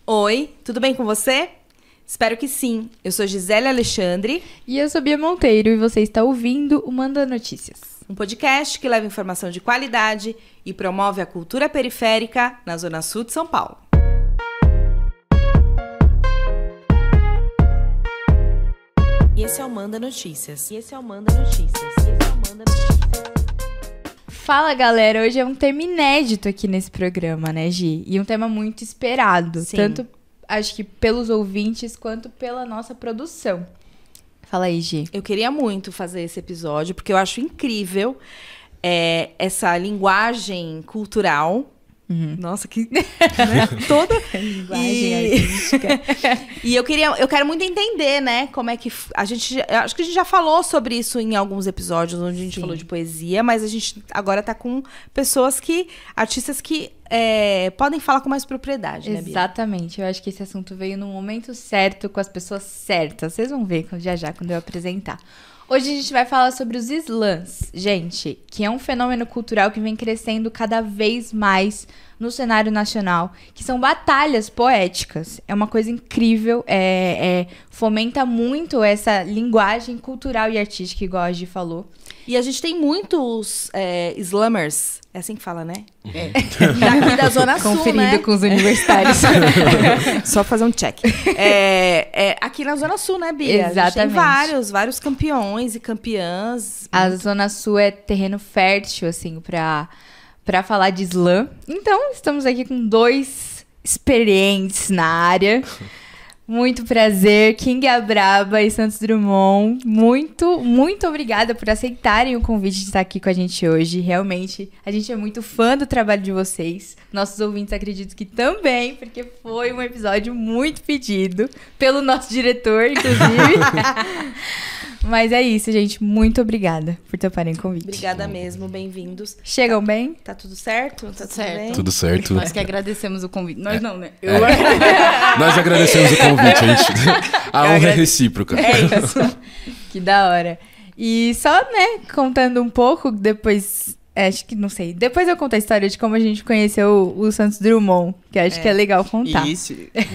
Oi, tudo bem com você? Espero que sim. Eu sou Gisele Alexandre. E eu sou Bia Monteiro e você está ouvindo o Manda Notícias. Um podcast que leva informação de qualidade e promove a cultura periférica na Zona Sul de São Paulo. E esse é o Manda Notícias. Fala, galera. Hoje é um tema inédito aqui nesse programa, né, Gi? E um tema muito esperado. Sim. Tanto, acho que pelos ouvintes, quanto pela nossa produção. Fala aí, Gi. Eu queria muito fazer esse episódio, porque eu acho incrível essa linguagem cultural. Nossa, que... né? Toda... Linguagem artística. E eu quero muito entender, né, como é que... eu acho que a gente já falou sobre isso em alguns episódios, onde a gente falou de poesia, mas a gente agora tá com artistas que podem falar com mais propriedade, né, Bia? Exatamente. Eu acho que esse assunto veio no momento certo, com as pessoas certas. Vocês vão ver já quando eu apresentar. Hoje a gente vai falar sobre os slams, gente, que é um fenômeno cultural que vem crescendo cada vez mais no cenário nacional, que são batalhas poéticas. É uma coisa incrível, fomenta muito essa linguagem cultural e artística, igual a Gi falou. E a gente tem muitos slammers, é assim que fala, né? Daqui da Zona Sul, Conferido né? com os universitários. Só fazer um check. Aqui na Zona Sul, né, Bia? Exatamente. A gente tem vários campeões e campeãs. A Zona Sul é terreno fértil, assim, pra falar de slam. Então, estamos aqui com dois experientes na área. Muito prazer, King Abraba e Santos Drummond. Muito, muito obrigada por aceitarem o convite de estar aqui com a gente hoje. Realmente, a gente é muito fã do trabalho de vocês. Nossos ouvintes acredito que também, porque foi um episódio muito pedido pelo nosso diretor, inclusive. Mas é isso, gente. Muito obrigada por toparem o convite. Obrigada mesmo, bem-vindos. Chegam bem? Tá tudo certo? Tá tudo certo. bem? Tudo certo. Nós que agradecemos o convite. Nós não, né? Nós agradecemos o convite, a honra é recíproca. É isso. Que da hora. E só, né, contando um pouco, depois... acho que, não sei. Depois eu conto a história de como a gente conheceu o Santos Drummond, que acho que é legal contar. Isso.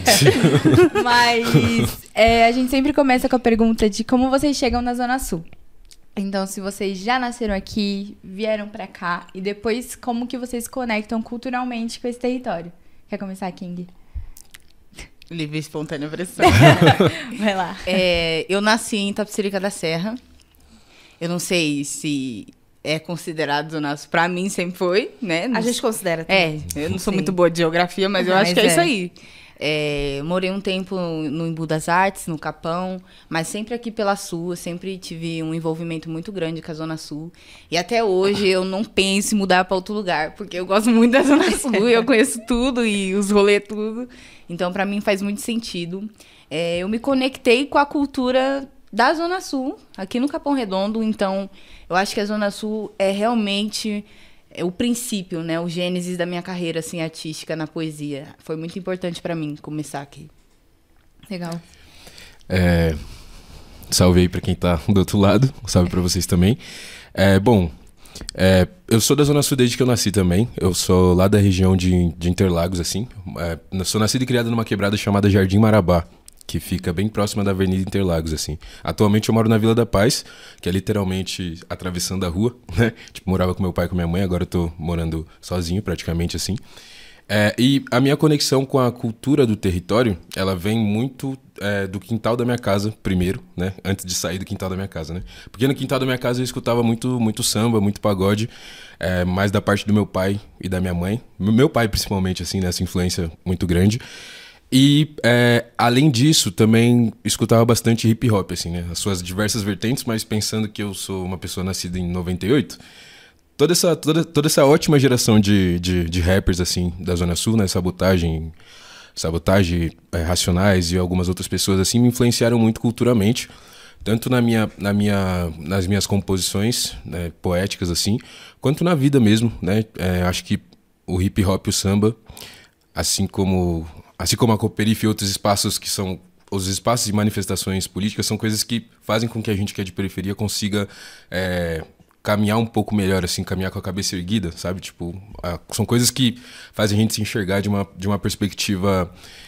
Mas a gente sempre começa com a pergunta de como vocês chegam na Zona Sul. Então, se vocês já nasceram aqui, vieram pra cá, e depois como que vocês se conectam culturalmente com esse território? Quer começar, King? Livre e espontânea pressão. Vai lá. Eu nasci em Itapecerica da Serra. Eu não sei se é considerado Zona Sul. Pra mim sempre foi, né? A gente considera também. Eu não sou Sim. muito boa de geografia, mas eu Mas acho que é isso é. aí. Morei um tempo no Embu das Artes, no Capão, mas sempre aqui pela Sul. Eu sempre tive um envolvimento muito grande com a Zona Sul. E até hoje eu não penso em mudar para outro lugar, porque eu gosto muito da Zona Sul, eu conheço tudo e os rolês tudo. Então, para mim, faz muito sentido. Eu me conectei com a cultura da Zona Sul, aqui no Capão Redondo. Então, eu acho que a Zona Sul é realmente o princípio, né? O gênesis da minha carreira assim, artística na poesia. Foi muito importante para mim começar aqui. Legal. Salve aí pra quem tá do outro lado. Salve pra vocês também. Eu sou da Zona Sul desde que eu nasci também. Eu sou lá da região de Interlagos, assim. Eu sou nascido e criado numa quebrada chamada Jardim Marabá, que fica bem próxima da Avenida Interlagos, assim. Atualmente eu moro na Vila da Paz, que é literalmente atravessando a rua, né? Tipo, morava com meu pai e com minha mãe, agora eu tô morando sozinho, praticamente, assim. E a minha conexão com a cultura do território, ela vem muito do quintal da minha casa, primeiro, né? Antes de sair do quintal da minha casa, né? Porque no quintal da minha casa eu escutava muito samba, muito pagode, mais da parte do meu pai e da minha mãe. Meu pai, principalmente, assim, nessa influência muito grande. E, além disso, também escutava bastante hip hop, assim, né? As suas diversas vertentes, mas pensando que eu sou uma pessoa nascida em 98, toda essa ótima geração de rappers, assim, da Zona Sul, né? Sabotagem, Racionais e algumas outras pessoas, assim, me influenciaram muito culturalmente, tanto nas minhas composições, né, poéticas, assim, quanto na vida mesmo, né? Acho que o hip hop e o samba, assim como a Cooperife e outros espaços que são os espaços de manifestações políticas, são coisas que fazem com que a gente que é de periferia consiga caminhar um pouco melhor, assim, caminhar com a cabeça erguida, sabe? Tipo, são coisas que fazem a gente se enxergar de uma perspectiva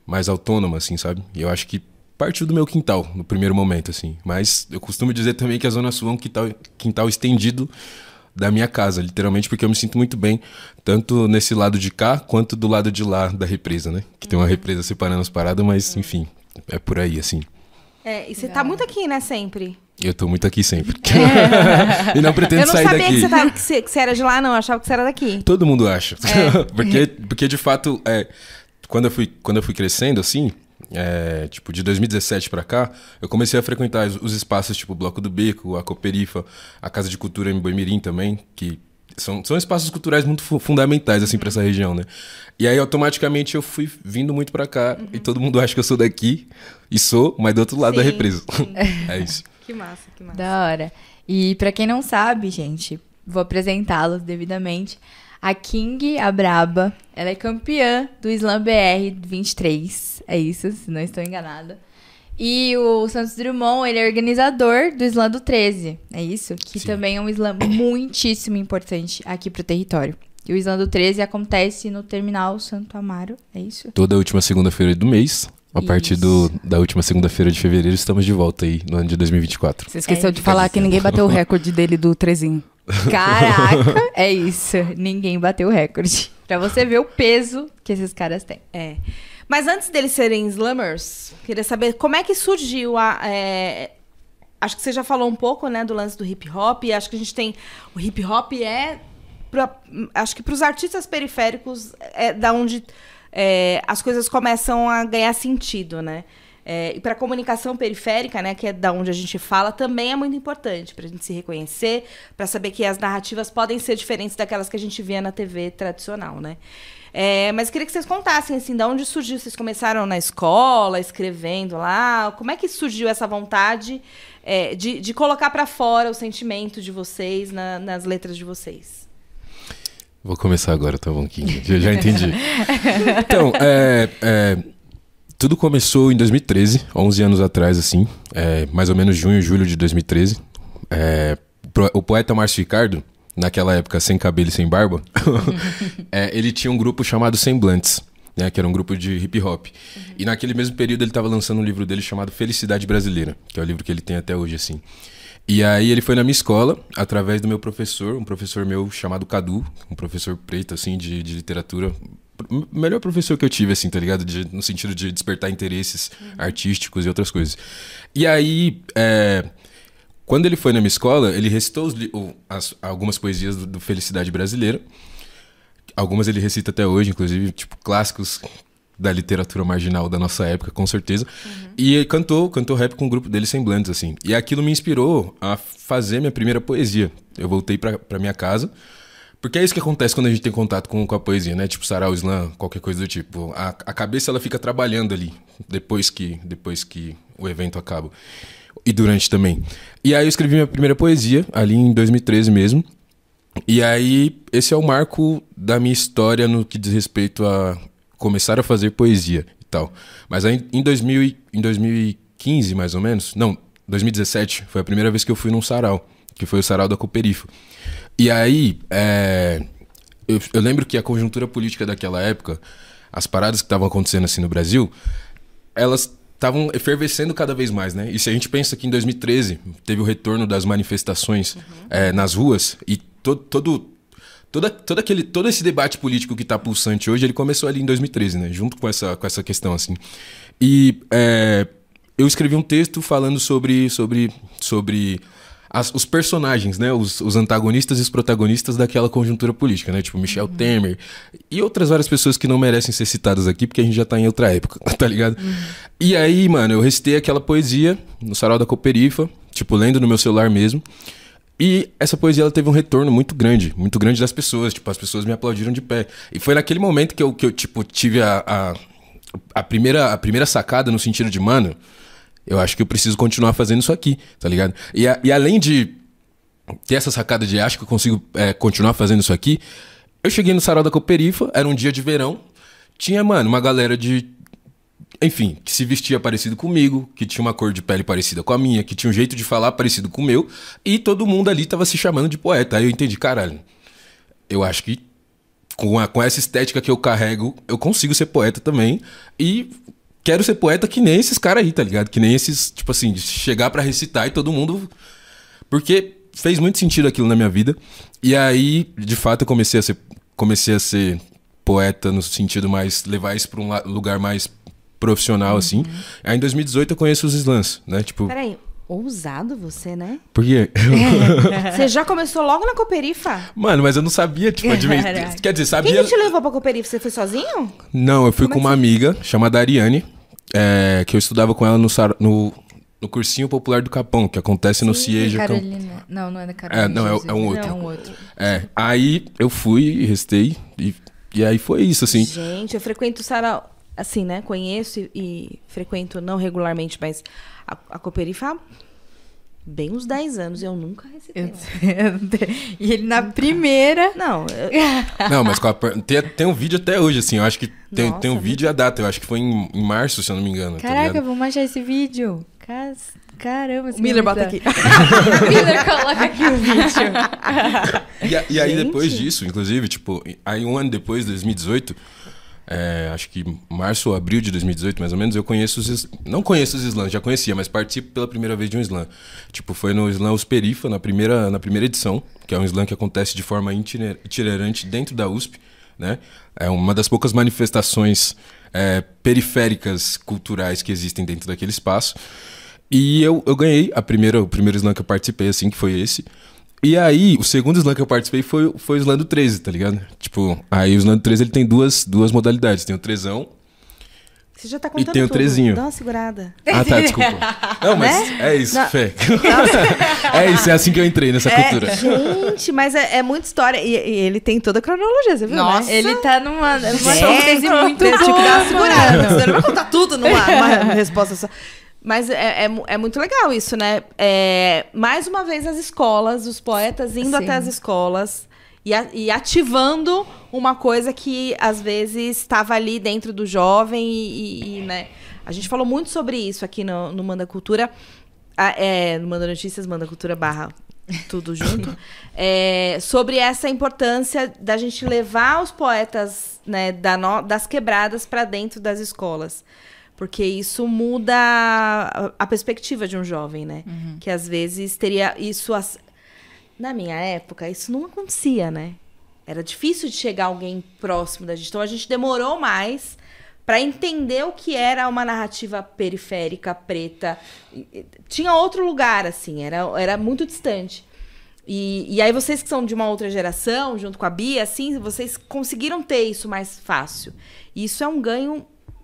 mais autônoma, assim, sabe? E eu acho que partiu do meu quintal, no primeiro momento, assim. Mas eu costumo dizer também que a Zona Sul é um quintal estendido da minha casa, literalmente, porque eu me sinto muito bem, tanto nesse lado de cá, quanto do lado de lá da represa, né? Que tem uma represa separando as paradas, mas, enfim, é por aí, assim. E você tá muito aqui, né, sempre? Eu tô muito aqui sempre. E não pretendo sair daqui. Eu não sabia que você era de lá, não. Eu achava que você era daqui. Todo mundo acha. Porque, de fato, quando eu fui crescendo, assim, tipo, de 2017 pra cá, eu comecei a frequentar os espaços, tipo, o Bloco do Beco, a Cooperifa, a Casa de Cultura em Boimirim também, que são espaços culturais muito fundamentais, assim, pra essa região, né? E aí, automaticamente, eu fui vindo muito pra cá, e todo mundo acha que eu sou daqui, e sou, mas do outro lado da represa. É isso. Que massa, que massa. Da hora. E pra quem não sabe, gente, vou apresentá-los devidamente. A King, a Braba, ela é campeã do Slam BR 23. É isso, se não estou enganada. E o Santos Drummond, ele é organizador do Slam do 13. É isso? Que Sim. também é um slam muitíssimo importante aqui pro território. E o Slam do 13 acontece no Terminal Santo Amaro. É isso? Toda última segunda-feira do mês. A partir da última segunda-feira de fevereiro, estamos de volta aí, no ano de 2024. Você esqueceu de falar que ninguém bateu o recorde dele do trezinho. Caraca, é isso. Ninguém bateu o recorde. Pra você ver o peso que esses caras têm. Mas antes deles serem slammers, queria saber como é que surgiu acho que você já falou um pouco, né, do lance do hip hop. E acho que a gente tem... O hip hop acho que pros artistas periféricos é da onde... as coisas começam a ganhar sentido, né? E para a comunicação periférica, né, que é da onde a gente fala, também é muito importante para a gente se reconhecer, para saber que as narrativas podem ser diferentes daquelas que a gente via na TV tradicional, né? Mas eu queria que vocês contassem, assim, de onde surgiu. Vocês começaram na escola, escrevendo lá? Como é que surgiu essa vontade de colocar para fora o sentimento de vocês nas letras de vocês? Vou começar agora, tá bom, King? Já entendi. Então, tudo começou em 2013, 11 anos atrás, assim. Mais ou menos junho, julho de 2013. O poeta Márcio Ricardo, naquela época sem cabelo e sem barba, ele tinha um grupo chamado Semblantes, né, que era um grupo de hip hop. E naquele mesmo período ele estava lançando um livro dele chamado Felicidade Brasileira, que é o livro que ele tem até hoje, assim. E aí ele foi na minha escola, através do meu professor, um professor meu chamado Cadu, um professor preto, assim, de literatura. O melhor professor que eu tive, assim, tá ligado? No sentido de despertar interesses artísticos e outras coisas. E aí, quando ele foi na minha escola, ele recitou algumas poesias do Felicidade Brasileira. Algumas ele recita até hoje, inclusive, tipo, clássicos da literatura marginal da nossa época, com certeza. E cantou rap com o grupo dele, Semblantes, assim. E aquilo me inspirou a fazer minha primeira poesia. Eu voltei pra minha casa, porque é isso que acontece quando a gente tem contato com a poesia, né? Tipo, sarau, slam, qualquer coisa do tipo. A cabeça, ela fica trabalhando ali, depois que o evento acaba. E durante também. E aí eu escrevi minha primeira poesia, ali em 2013 mesmo. E aí, esse é o marco da minha história no que diz respeito a começar a fazer poesia e tal. Mas aí, em 2015, mais ou menos, não, 2017, foi a primeira vez que eu fui num sarau, que foi o sarau da Cooperifa. E aí, eu lembro que a conjuntura política daquela época, as paradas que estavam acontecendo assim no Brasil, elas estavam efervescendo cada vez mais, né? E se a gente pensa que em 2013 teve o retorno das manifestações nas ruas, e todo esse debate político que está pulsante hoje, ele começou ali em 2013, né? Junto com essa questão, assim. E eu escrevi um texto falando sobre os personagens, né? Os antagonistas e os protagonistas daquela conjuntura política, né? Tipo Michel Temer e outras várias pessoas que não merecem ser citadas aqui, porque a gente já tá em outra época, tá ligado? E aí, mano, eu recitei aquela poesia no sarau da Cooperifa, tipo, lendo no meu celular mesmo. E essa poesia, ela teve um retorno muito grande das pessoas. Tipo, as pessoas me aplaudiram de pé. E foi naquele momento que eu tipo, tive a primeira sacada no sentido de, mano, eu acho que eu preciso continuar fazendo isso aqui, tá ligado? E além de ter essa sacada de acho que eu consigo continuar fazendo isso aqui, eu cheguei no sarau da Cooperifa, era um dia de verão, tinha, mano, uma galera enfim, que se vestia parecido comigo, que tinha uma cor de pele parecida com a minha, que tinha um jeito de falar parecido com o meu, e todo mundo ali tava se chamando de poeta. Aí eu entendi, caralho, eu acho que com essa estética que eu carrego, eu consigo ser poeta também, e quero ser poeta que nem esses caras aí, tá ligado? Que nem esses, tipo assim, de chegar pra recitar e todo mundo... Porque fez muito sentido aquilo na minha vida. E aí, de fato, eu comecei a ser poeta no sentido mais... Levar isso pra um lugar mais profissional, assim. Aí, em 2018, eu conheço os slams, né? Tipo... Peraí, ousado você, né? Por quê? Você já começou logo na Cooperifa? Mano, mas eu não sabia, tipo... Quer dizer, sabia... Quem que te levou pra Cooperifa? Você foi sozinho? Não, eu fui com uma amiga chamada Ariane, que eu estudava com ela no cursinho popular do Capão, que acontece no CIEJA. Carolina. Não é da Carolina. Não, é um outro. É um outro. Aí eu fui e restei, e aí foi isso, assim. Gente, eu frequento o Sarau, assim, né? Conheço e frequento, não regularmente, mas a Cooperifa há bem uns 10 anos. Eu nunca recebi. E ele na primeira... Não, Não, mas tem um vídeo até hoje, assim, eu acho que tem Nossa, um vídeo e a data, eu acho que foi em março, se eu não me engano. Caraca, tá ligado? vamos achar esse vídeo. Caramba, o Miller bota aqui. Miller, coloca aqui o vídeo. E aí, Gente. depois disso, inclusive, tipo, aí um ano depois, 2018, acho que março ou abril de 2018, mais ou menos, eu conheço não conheço os slams, já conhecia, mas participo pela primeira vez de um slam. Tipo, foi no Slam Os Perifa, na primeira edição, que é um slam que acontece de forma itinerante dentro da USP, né? É uma das poucas manifestações periféricas culturais que existem dentro daquele espaço. E eu ganhei o primeiro slam que eu participei, assim, que foi esse. E aí, o segundo slam que eu participei foi o slam do 13, tá ligado? Tipo, aí o slam do 13 ele tem duas modalidades. Tem o trezão Você já tá contando e tem o tudo. trezinho. Dá uma segurada. Ah, tá, desculpa. Não, mas é isso, Fê. É isso, é assim que eu entrei nessa cultura. Gente, mas é muita história. E ele tem toda a cronologia, você viu? Nossa. Né? Ele tá numa Gente, síntese muito tem, tipo, boa. dar uma segurada. Você não vai contar tudo numa resposta só. Mas é muito legal isso, né? Mais uma vez as escolas, os poetas indo Sim. até as escolas e ativando uma coisa que às vezes estava ali dentro do jovem e, né? A gente falou muito sobre isso aqui no Manda Cultura, no Manda Notícias, Manda Cultura / tudo junto, sobre essa importância da gente levar os poetas, né, das quebradas para dentro das escolas. Porque isso muda a perspectiva de um jovem, né? Uhum. Que às vezes teria isso... Na minha época, isso não acontecia, né? Era difícil de chegar alguém próximo da gente. Então, a gente demorou mais para entender o que era uma narrativa periférica, preta. Tinha outro lugar, assim. Era muito distante. E aí, vocês que são de uma outra geração, junto com a Bia, assim, vocês conseguiram ter isso mais fácil. E isso é um ganho...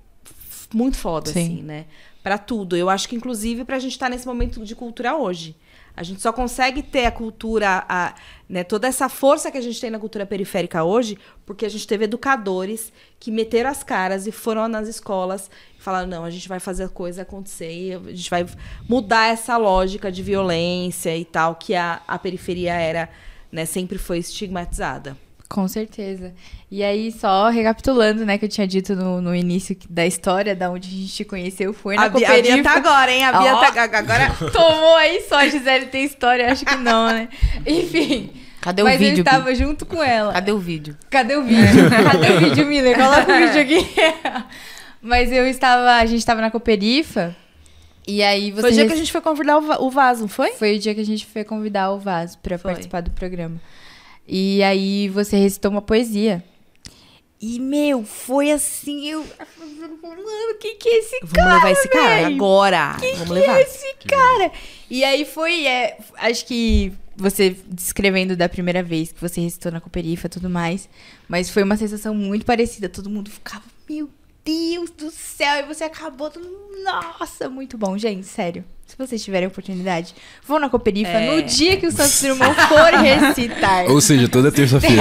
muito foda, Sim. assim, né? Pra tudo. Eu acho que, inclusive, pra gente estar nesse momento de cultura hoje. A gente só consegue ter a cultura, né, toda essa força que a gente tem na cultura periférica hoje, porque a gente teve educadores que meteram as caras e foram nas escolas e falaram, não, a gente vai fazer a coisa acontecer e a gente vai mudar essa lógica de violência e tal, que a periferia era, né, sempre foi estigmatizada. Com certeza. E aí, só recapitulando, né, que eu tinha dito no início da história, da onde a gente te conheceu, foi na Cooperifa. A Bia tá agora, hein? A Bia tá agora. Tomou aí só, a Gisele tem história, acho que não, né? Enfim. Cadê o mas vídeo, eu estava Bi? junto com ela. Cadê o vídeo? Cadê o vídeo? Cadê o vídeo, Miller? Coloca o vídeo aqui. Mas a gente estava na Cooperifa, e aí você... Foi o dia que a gente foi convidar o Vaz, não foi? Foi o dia que a gente foi convidar o Vaz pra Foi. participar do programa. E aí você recitou uma poesia. E, foi assim, mano, quem que é esse cara? Vamos levar esse cara véi? agora. Vamos levar. É esse cara? E aí foi, acho que você descrevendo da primeira vez que você recitou na Cooperifa e tudo mais, mas foi uma sensação muito parecida. Todo mundo ficava, meu Deus do céu, e você acabou, nossa, muito bom, gente, sério. Se vocês tiverem oportunidade, vão na Cooperifa no dia que o Santos Dumont for recitar. Ou seja, toda terça-feira.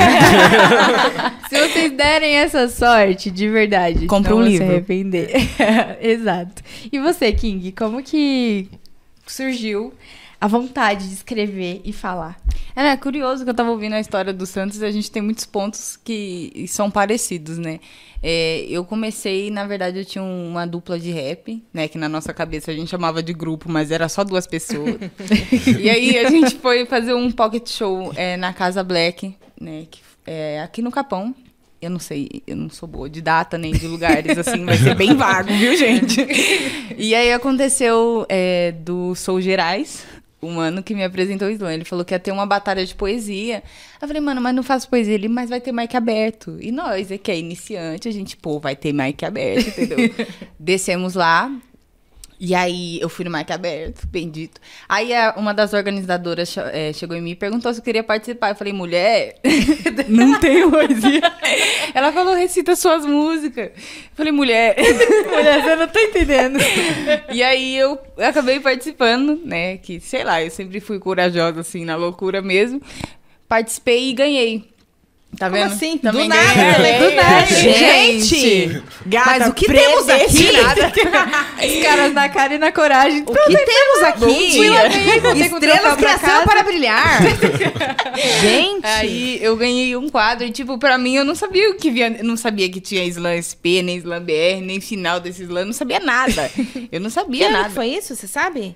Se vocês derem essa sorte, de verdade, Compra não um vão livro. se arrepender. Exato. E você, King, como que surgiu a vontade de escrever e falar? É curioso que eu tava ouvindo a história do Santos e a gente tem muitos pontos que são parecidos, né? Eu comecei, na verdade, eu tinha uma dupla de rap, né? Que na nossa cabeça a gente chamava de grupo, mas era só 2 pessoas. E aí a gente foi fazer um pocket show na Casa Black, né? Aqui no Capão. Eu não sei, eu não sou boa de data nem de lugares, assim, vai ser bem vago, viu, gente? E aí aconteceu do Sou Gerais, o mano que me apresentou o slam. Ele falou que ia ter uma batalha de poesia. Eu falei, mano, mas não faço poesia ali, mas vai ter mic aberto. E nós, que é iniciante, a gente, vai ter mic aberto, entendeu? Descemos lá. E aí, eu fui no mic aberto, bendito. Aí, uma das organizadoras chegou em mim e perguntou se eu queria participar. Eu falei, mulher, não tenho poesia. Ela falou, recita suas músicas. Eu falei, mulher, você não tá entendendo. E aí, eu acabei participando, né? Que, sei lá, eu sempre fui corajosa, assim, na loucura mesmo. Participei e ganhei. Tá vendo? Como assim? Também do nada. Gente! Gata, mas o que temos aqui? Os caras na cara e na coragem. O que temos aqui? Estrelas que nasceram para brilhar. Gente! Aí eu ganhei um quadro e, tipo, pra mim eu não sabia o que vinha. Não sabia que tinha Slam SP, nem Slam BR, nem final desse Slam. Não sabia nada. Eu não sabia nada. Que foi isso? Você sabe?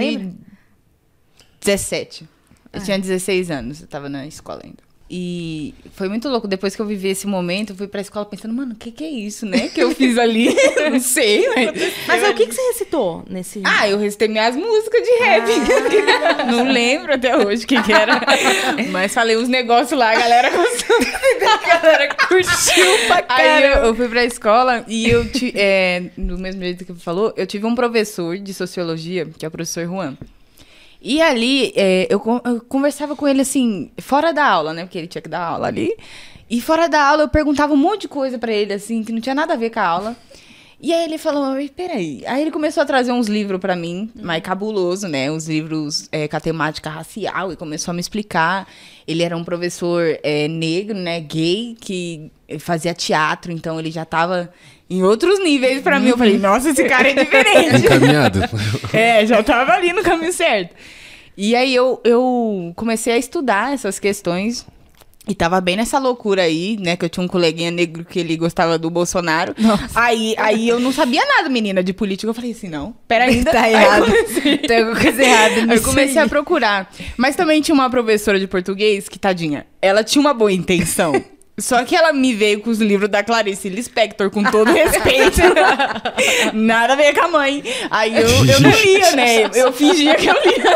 2017. Eu tinha 16 anos. Eu tava na escola ainda. E foi muito louco. Depois que eu vivi esse momento, eu fui pra escola pensando, mano, o que é isso, né? Que eu fiz ali. Não sei, mas o que você recitou nesse... eu recitei minhas músicas de rap. Não lembro até hoje o que era. Mas falei uns negócios lá, a galera gostou. A galera curtiu pra caramba. Aí eu fui pra escola e do mesmo jeito que você falou, eu tive um professor de sociologia, que é o professor Juan. E ali, eu conversava com ele, assim, fora da aula, né? Porque ele tinha que dar aula ali. E fora da aula, eu perguntava um monte de coisa pra ele, assim, que não tinha nada a ver com a aula. E aí ele falou, mas peraí. Aí ele começou a trazer uns livros pra mim, mais cabuloso, né? Uns livros com a temática racial, e começou a me explicar. Ele era um professor negro, né? Gay, que fazia teatro, então ele já tava em outros níveis pra mim. Eu falei, nossa, esse cara é diferente. Encaminhado. Já tava ali no caminho certo. E aí eu comecei a estudar essas questões. E tava bem nessa loucura aí, né? Que eu tinha um coleguinha negro que ele gostava do Bolsonaro. Nossa. Aí eu não sabia nada, menina, de política. Eu falei assim, não, pera ainda. Tá errado. Tem alguma coisa errada nisso. Aí eu comecei a procurar. Mas também tinha uma professora de português, que tadinha, ela tinha uma boa intenção. Só que ela me veio com os livros da Clarice Lispector, com todo respeito. Nada a ver com a mãe. Aí eu não lia, né? Eu fingia que eu lia.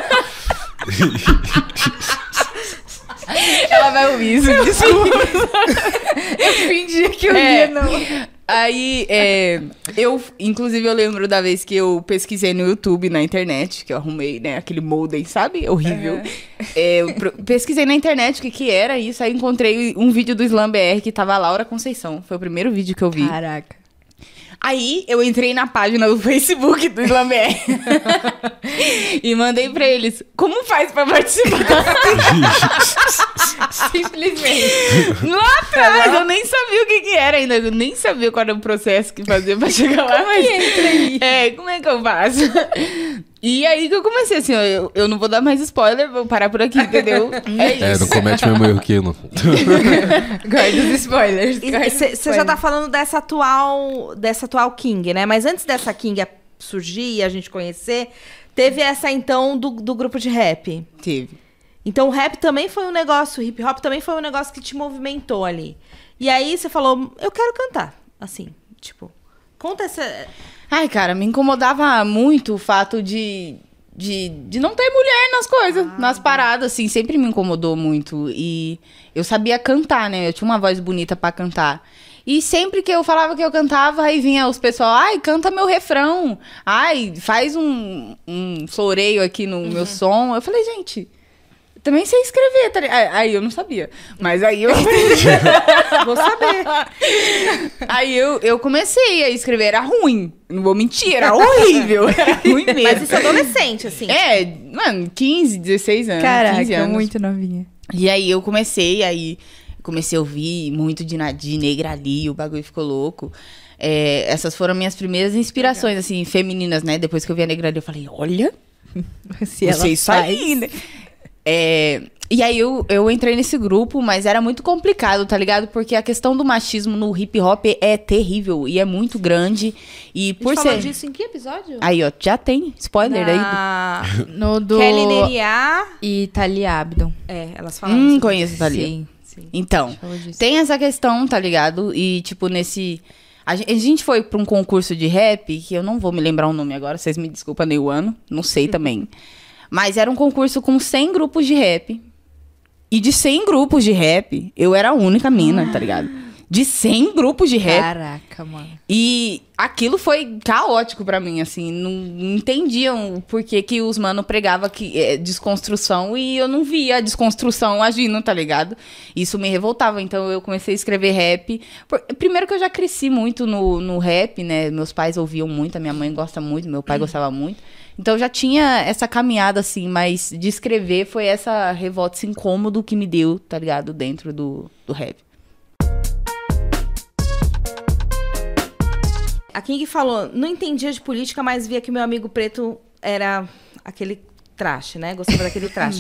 Ela vai ouvir isso, desculpa. Eu fingi que eu lia, não. Aí, inclusive, eu lembro da vez que eu pesquisei no YouTube, na internet, que eu arrumei, né, aquele modem, sabe? Horrível. Eu pesquisei na internet o que era isso, aí encontrei um vídeo do Slam BR que tava a Laura Conceição. Foi o primeiro vídeo que eu vi. Caraca. Aí, eu entrei na página do Facebook do Slam BR e mandei pra eles, como faz pra participar? Simplesmente. Lá atrás, eu nem sabia o que era ainda. Eu nem sabia qual era o processo que fazia pra chegar lá, mas... entra aí? Como é que eu faço? E aí que eu comecei assim, ó, eu não vou dar mais spoiler, vou parar por aqui, entendeu? É isso. Não comete o mesmo erro que eu, não. Guarda os spoilers. Você já tá falando dessa atual King, né? Mas antes dessa King surgir e a gente conhecer, teve essa, então, do grupo de rap. Teve. Então, o rap também foi um negócio, o hip hop também foi um negócio que te movimentou ali. E aí, você falou, eu quero cantar. Assim, tipo, conta essa... Ai, cara, me incomodava muito o fato de não ter mulher nas coisas, nas paradas, assim, sempre me incomodou muito. E eu sabia cantar, né? Eu tinha uma voz bonita pra cantar. E sempre que eu falava que eu cantava, aí vinha os pessoal, ai, canta meu refrão. Ai, faz um floreio aqui no meu som. Eu falei, gente... Também sei escrever, tá ligado? Aí eu não sabia. Mas aí eu aprendi. Vou saber. Aí eu comecei a escrever. Era ruim. Não vou mentir, era horrível. Era ruim mesmo. Mas isso é adolescente, assim. Mano, 15, 16 anos. Caraca, 15 anos. muito novinha. E aí eu comecei a ouvir muito de Negra ali, o bagulho ficou louco. Essas foram minhas primeiras inspirações, assim, femininas, né? Depois que eu vi a Negra ali, eu falei, olha, Se ela isso aí, né? E aí eu entrei nesse grupo, mas era muito complicado, tá ligado? Porque a questão do machismo no hip hop é terrível e é muito grande. E por ser... falou disso em que episódio? Aí, ó, já tem spoiler aí. No do... Kelly Neriá e Thalia Abdon. Elas falaram. Conheço Thalia. Sim. Então, Falou disso. tem essa questão, tá ligado? E, tipo, nesse... A gente foi pra um concurso de rap, que eu não vou me lembrar o nome agora, vocês me desculpem nem o ano, não sei também. Mas era um concurso com 100 grupos de rap. E de 100 grupos de rap, eu era a única mina, tá ligado? De 100 grupos de rap. Caraca, mano. E aquilo foi caótico pra mim, assim. Não entendiam por que que os mano pregavam que desconstrução e eu não via a desconstrução agindo, tá ligado? Isso me revoltava. Então eu comecei a escrever rap. Primeiro que eu já cresci muito no rap, né? Meus pais ouviam muito, a minha mãe gosta muito, meu pai gostava muito. Então eu já tinha essa caminhada, assim, mas de escrever foi essa revolta, esse incômodo que me deu, tá ligado? Dentro do rap. A King falou, não entendia de política, mas via que meu amigo preto era aquele traste, né? Gostava daquele traste.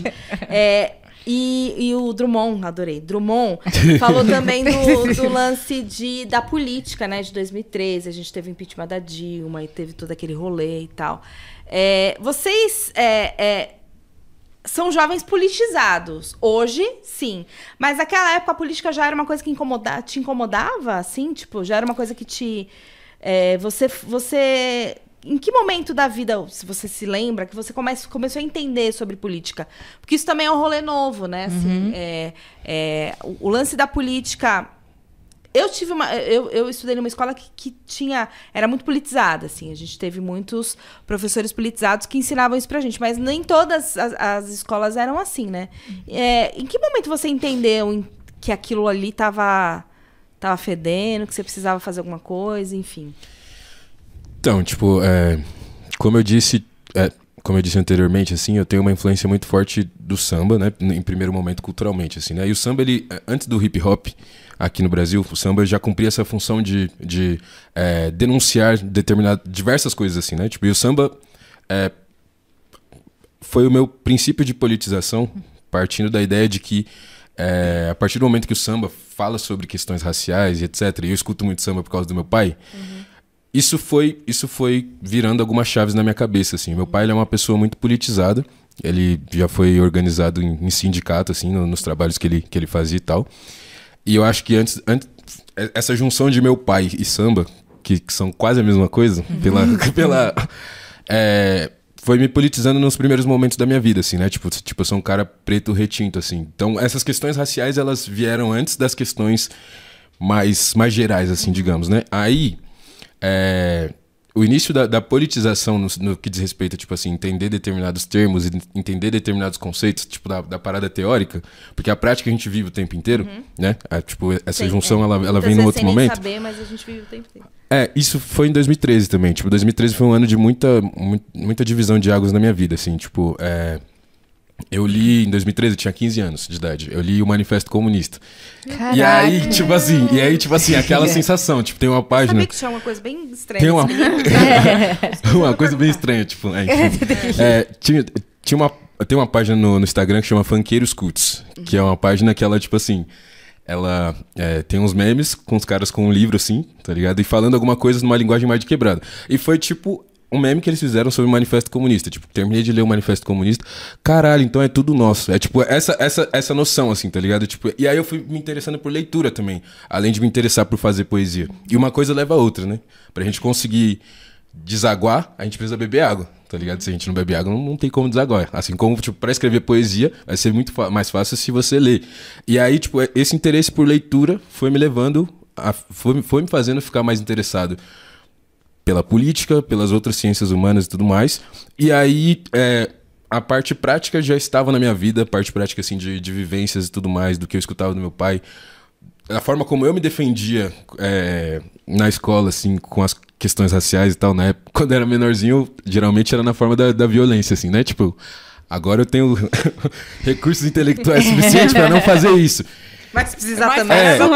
E o Drummond, adorei. Drummond falou também do lance da política, né? De 2013. A gente teve o impeachment da Dilma e teve todo aquele rolê e tal. Vocês são jovens politizados. Hoje, sim. Mas naquela época a política já era uma coisa que te incomodava, assim? Tipo, já era uma coisa que te... Você... Em que momento da vida, se você se lembra, que você começou a entender sobre política? Porque isso também é um rolê novo, né? Assim, o lance da política... Eu estudei numa escola que era muito politizada, assim. A gente teve muitos professores politizados que ensinavam isso pra gente. Mas nem todas as escolas eram assim, né? Em que momento você entendeu que aquilo ali tava fedendo, que você precisava fazer alguma coisa, enfim? Então, tipo, como eu disse anteriormente, assim, eu tenho uma influência muito forte do samba, né? Em primeiro momento, culturalmente, assim, né? E o samba, ele, antes do hip hop, aqui no Brasil, o samba já cumpria essa função de denunciar diversas coisas, assim, né? Tipo, e o samba foi o meu princípio de politização, partindo da ideia de que a partir do momento que o samba fala sobre questões raciais e etc., e eu escuto muito samba por causa do meu pai, isso foi virando algumas chaves na minha cabeça, assim. Meu pai, ele é uma pessoa muito politizada, ele já foi organizado em sindicato, assim, nos trabalhos que ele fazia e tal. E eu acho que antes essa junção de meu pai e samba, que são quase a mesma coisa, foi me politizando nos primeiros momentos da minha vida, assim, né? Tipo, eu sou um cara preto retinto, assim. Então, essas questões raciais, elas vieram antes das questões mais gerais, assim, digamos, né? Aí, o início da politização no que diz respeito, tipo assim, entender determinados termos, entender determinados conceitos, tipo, da parada teórica, porque a prática a gente vive o tempo inteiro, né? Tipo, essa junção, ela vem num outro momento. Saber, mas a gente vive o tempo inteiro. Isso foi em 2013 também. Tipo, 2013 foi um ano de muita divisão de águas na minha vida, assim. Tipo, eu li, em 2013, eu tinha 15 anos de idade. Eu li o Manifesto Comunista. Caraca. E aí, tipo assim, aquela sensação. Tipo, tem uma página... Sabia que isso é uma coisa bem estranha. Tem uma coisa bem estranha, tipo... Tem uma página no Instagram que chama Funkeiros Cults, que é uma página que ela, tipo assim... Ela tem uns memes com os caras com um livro, assim, tá ligado? E falando alguma coisa numa linguagem mais de quebrada. E foi, tipo, um meme que eles fizeram sobre o Manifesto Comunista. Tipo, terminei de ler o Manifesto Comunista. Caralho, então é tudo nosso. É, tipo, essa noção, assim, tá ligado? Tipo, e aí eu fui me interessando por leitura também. Além de me interessar por fazer poesia. E uma coisa leva a outra, né? Pra gente conseguir desaguar, a gente precisa beber água, tá ligado? Se a gente não beber água, não tem como desaguar. Assim como, tipo, pra escrever poesia, vai ser muito mais fácil se você ler. E aí, tipo, esse interesse por leitura foi me levando, foi me fazendo ficar mais interessado pela política, pelas outras ciências humanas e tudo mais. E aí, a parte prática já estava na minha vida, a parte prática, assim, de vivências e tudo mais, do que eu escutava do meu pai. A forma como eu me defendia na escola, assim, com as questões raciais e tal, né? Quando eu era menorzinho, geralmente era na forma da violência, assim, né? Tipo, agora eu tenho recursos intelectuais suficientes para não fazer isso. Mas se precisar também.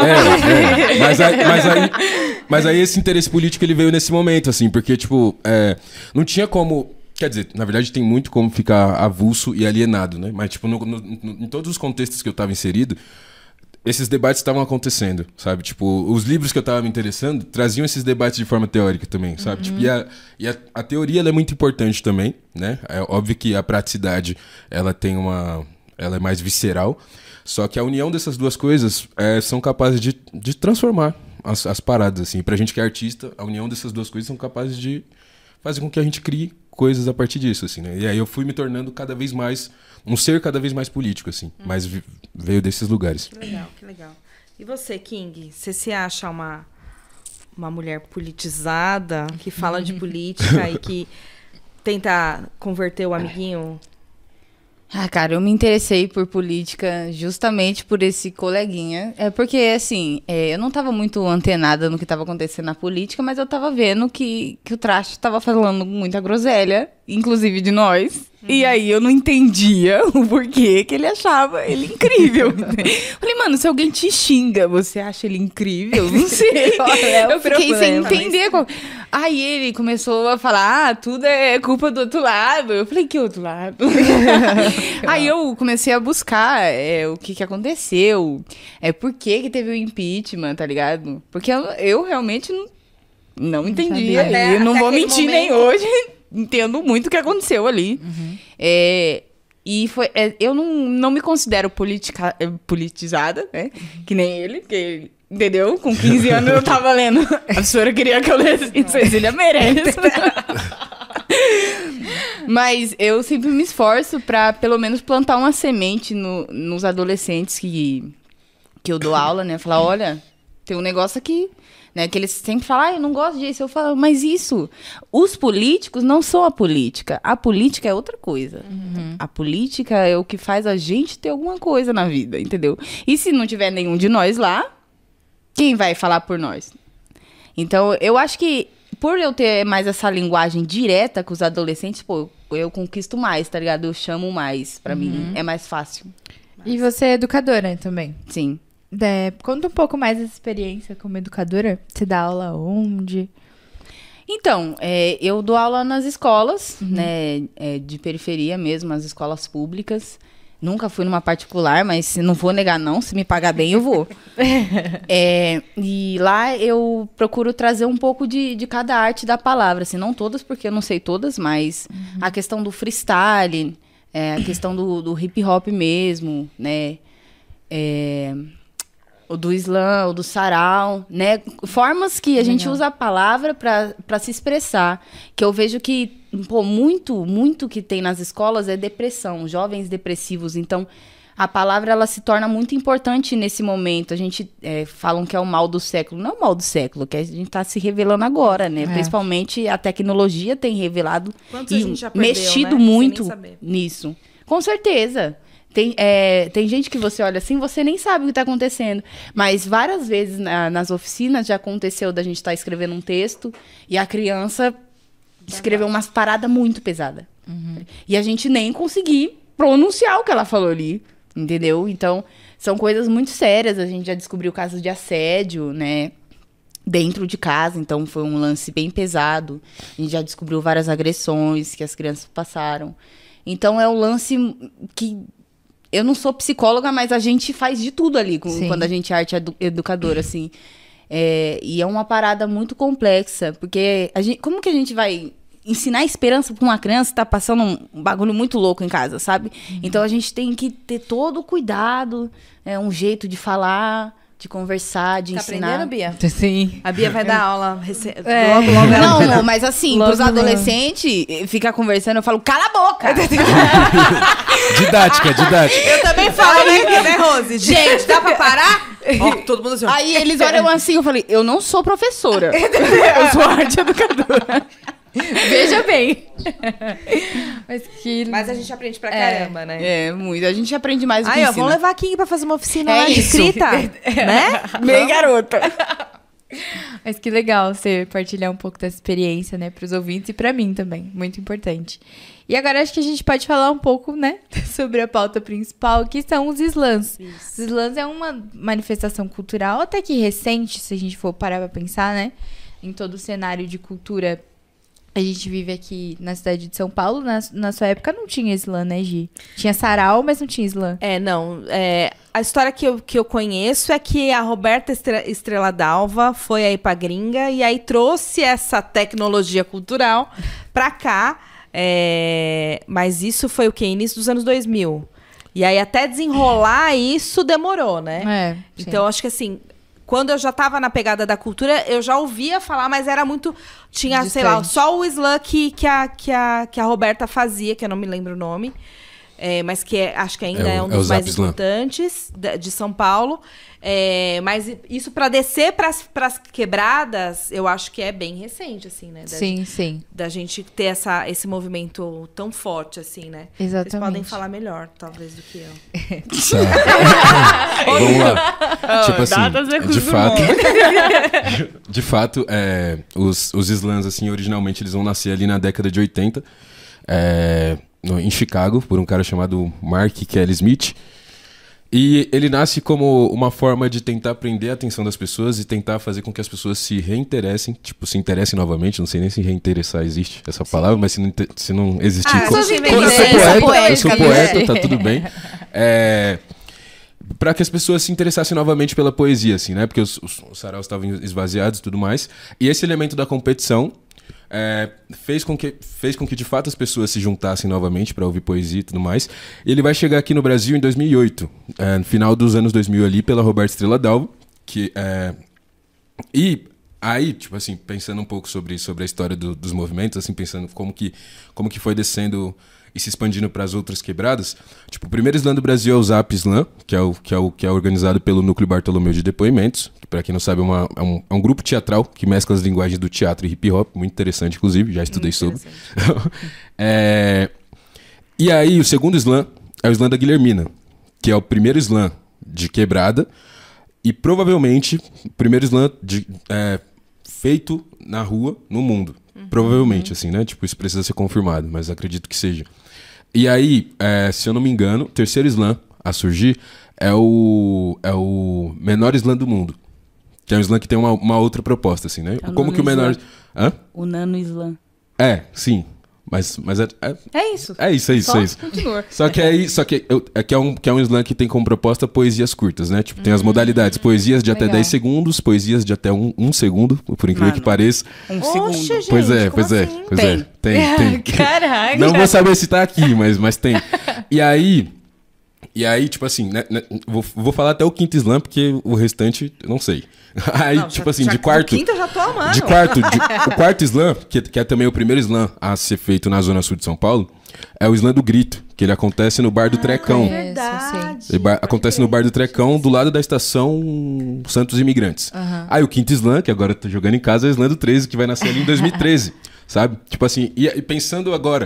Mas aí esse interesse político, ele veio nesse momento, assim, porque, tipo, não tinha como... Quer dizer, na verdade tem muito como ficar avulso e alienado, né? Mas, tipo, em todos os contextos que eu estava inserido, esses debates estavam acontecendo, sabe? Tipo, os livros que eu estava me interessando traziam esses debates de forma teórica também, sabe? Tipo, e a teoria, ela é muito importante também, né? É óbvio que a praticidade, ela tem uma ela é mais visceral. Só que a união dessas duas coisas são capazes de transformar as paradas, assim. Pra gente que é artista, a união dessas duas coisas são capazes de fazer com que a gente crie coisas a partir disso, assim, né? E aí eu fui me tornando cada vez mais, um ser cada vez mais político, assim. Mas veio desses lugares. Que legal, que legal. E você, King? Você se acha uma mulher politizada, que fala de política e que tenta converter o amiguinho? Ah, cara, eu me interessei por política justamente por esse coleguinha. É porque, assim, eu não tava muito antenada no que tava acontecendo na política, mas eu tava vendo que o Trash tava falando muita groselha, inclusive de nós. E aí eu não entendia o porquê que ele achava ele incrível. Falei, mano, se alguém te xinga, você acha ele incrível? Não sei. Eu fiquei sem entender. Aí ele começou a falar, tudo é culpa do outro lado. Eu falei, que outro lado? Aí eu comecei a buscar o que aconteceu, por que teve o impeachment, tá ligado? Porque eu realmente não entendia. E eu não vou mentir nem hoje. Entendo muito o que aconteceu ali. E foi. Eu não me considero politizada, né? Que nem ele, porque, entendeu? Com 15 anos eu tava lendo. A senhora queria que eu lesse. Cecília merece. Mas eu sempre me esforço pra, pelo menos, plantar uma semente nos adolescentes que eu dou aula, né? Falar, olha, tem um negócio aqui. Né, que eles sempre falam, eu não gosto disso. Eu falo, mas isso, os políticos não são a política. A política é outra coisa. A política é o que faz a gente ter alguma coisa na vida, entendeu? E se não tiver nenhum de nós lá, quem vai falar por nós? Então, eu acho que por eu ter mais essa linguagem direta com os adolescentes, pô, eu conquisto mais, tá ligado? Eu chamo mais. Pra mim, é mais fácil. E você é educadora também? Sim. Conta um pouco mais dessa experiência como educadora. Você dá aula onde? Então, eu dou aula nas escolas, né, de periferia mesmo, as escolas públicas. Nunca fui numa particular, mas não vou negar não, se me pagar bem eu vou. E lá eu procuro trazer um pouco de cada arte da palavra, assim, não todas, porque eu não sei todas, mas a questão do freestyle, a questão do hip hop mesmo, né, o do slam, o do sarau, né? Formas que a gente usa a palavra para se expressar. Que eu vejo que, pô, muito que tem nas escolas é depressão, jovens depressivos. Então, a palavra, ela se torna muito importante nesse momento. A gente falam que é o mal do século. Não é o mal do século, que a gente está se revelando agora, né? Principalmente a tecnologia tem revelado Quantos a gente já e perdeu, mexido né? muito Sem nem saber. nisso. Com certeza. Tem gente que você olha assim, você nem sabe o que está acontecendo. Mas várias vezes nas oficinas já aconteceu da gente estar escrevendo um texto e a criança escreveu umas paradas muito pesadas. E a gente nem conseguir pronunciar o que ela falou ali, entendeu? Então, são coisas muito sérias. A gente já descobriu casos de assédio, né? Dentro de casa, então foi um lance bem pesado. A gente já descobriu várias agressões que as crianças passaram. Então, é um lance que... Eu não sou psicóloga, mas a gente faz de tudo ali quando a gente é arte educadora, assim. E é uma parada muito complexa, porque como que a gente vai ensinar esperança pra uma criança que tá passando um bagulho muito louco em casa, sabe? Então a gente tem que ter todo o cuidado, um jeito de falar, de conversar, de ensinar. Aprendendo, Bia? Sim. A Bia vai dar aula logo ela vai dar. Não, mas assim, Logo pros adolescentes, ficar conversando, eu falo, cala a boca! Didática. Eu também falo, né, Rose? Gente, dá pra parar? Ó, todo mundo assim, ó. Aí eles olham assim, eu falei, eu não sou professora, eu sou arte educadora. Veja bem. Mas a gente aprende pra caramba, né? Muito. A gente aprende mais do que Aí, ó, ensina. vamos levar a King pra fazer uma oficina É lá de isso. escrita, né? Bem garota. Mas que legal você partilhar um pouco dessa experiência, né, pros ouvintes e pra mim também. Muito importante. E agora acho que a gente pode falar um pouco, né, sobre a pauta principal, que são os slams. Os slams é uma manifestação cultural até que recente, se a gente for parar pra pensar, né, em todo o cenário de cultura. A gente vive aqui na cidade de São Paulo. Na sua época não tinha slam, né, Gi? Tinha sarau, mas não tinha slam. Não. A história que eu conheço é que a Roberta Estrela d'Alva foi aí pra gringa e aí trouxe essa tecnologia cultural pra cá. Mas isso foi o quê? Início dos anos 2000. E aí até desenrolar isso demorou, né? Sim. Então, acho que assim, quando eu já tava na pegada da cultura, eu já ouvia falar, mas era muito... Tinha, sei lá, só o slam que a Roberta fazia, que eu não me lembro o nome. Mas que acho que ainda é um dos mais importantes de São Paulo. Mas isso para descer pras quebradas, eu acho que é bem recente, assim, né? Sim. Da gente ter esse movimento tão forte, assim, né? Exatamente. Vocês podem falar melhor, talvez, do que eu. Vamos lá. Tipo assim, de fato, os slams, assim, originalmente eles vão nascer ali na década de 80, em Chicago, por um cara chamado Mark Kelly Smith. E ele nasce como uma forma de tentar prender a atenção das pessoas e tentar fazer com que as pessoas se reinteressem, tipo, se interessem novamente. Não sei nem se reinteressar existe essa palavra, mas se não existir... eu sou poeta, tá tudo bem. Para que as pessoas se interessassem novamente pela poesia, assim, né? Porque os saraus estavam esvaziados e tudo mais. E esse elemento da competição fez com que de fato as pessoas se juntassem novamente para ouvir poesia e tudo mais. E ele vai chegar aqui no Brasil em 2008, no final dos anos 2000 ali, pela Roberta Estrela Dalva, e aí, tipo assim, pensando um pouco sobre a história dos movimentos, assim, pensando como que foi descendo e se expandindo para as outras quebradas. Tipo, o primeiro slam do Brasil é o Zap Slam, que é organizado pelo Núcleo Bartolomeu de Depoimentos, que, para quem não sabe, é um grupo teatral que mescla as linguagens do teatro e hip hop, muito interessante, inclusive, já estudei sobre. E aí, o segundo slam é o slam da Guilhermina, que é o primeiro slam de quebrada e provavelmente o primeiro slam feito na rua no mundo. Provavelmente, assim, né? Tipo, isso precisa ser confirmado, mas acredito que seja. E aí, se eu não me engano, o terceiro slam a surgir é o menor slam do mundo. Que é um slam que tem uma outra proposta, assim, né? Como que o menor... Hã? O nano slam. Sim. Mas é isso. É isso. Continua. Só que é um slam que tem como proposta poesias curtas, né? Tipo, tem as modalidades. Poesias de até 10 segundos, poesias de até um segundo, por incrível que pareça. Segundo. Gente, Pois é. Tem. Caraca. Não vou saber se tá aqui, mas tem. E aí, tipo assim, né, vou falar até o quinto slam, porque o restante eu não sei. Aí, não, tipo assim, de quarto... O quinto eu já tô amando. O quarto slam, que é também o primeiro slam a ser feito na Zona Sul de São Paulo, é o slam do grito, que ele acontece no Bar do Trecão. É verdade. Acontece no Bar do Trecão, do lado da estação Santos Imigrantes. Aí o quinto slam, que agora eu tô jogando em casa, é o slam do 13, que vai nascer ali em 2013, sabe? Tipo assim, e pensando agora...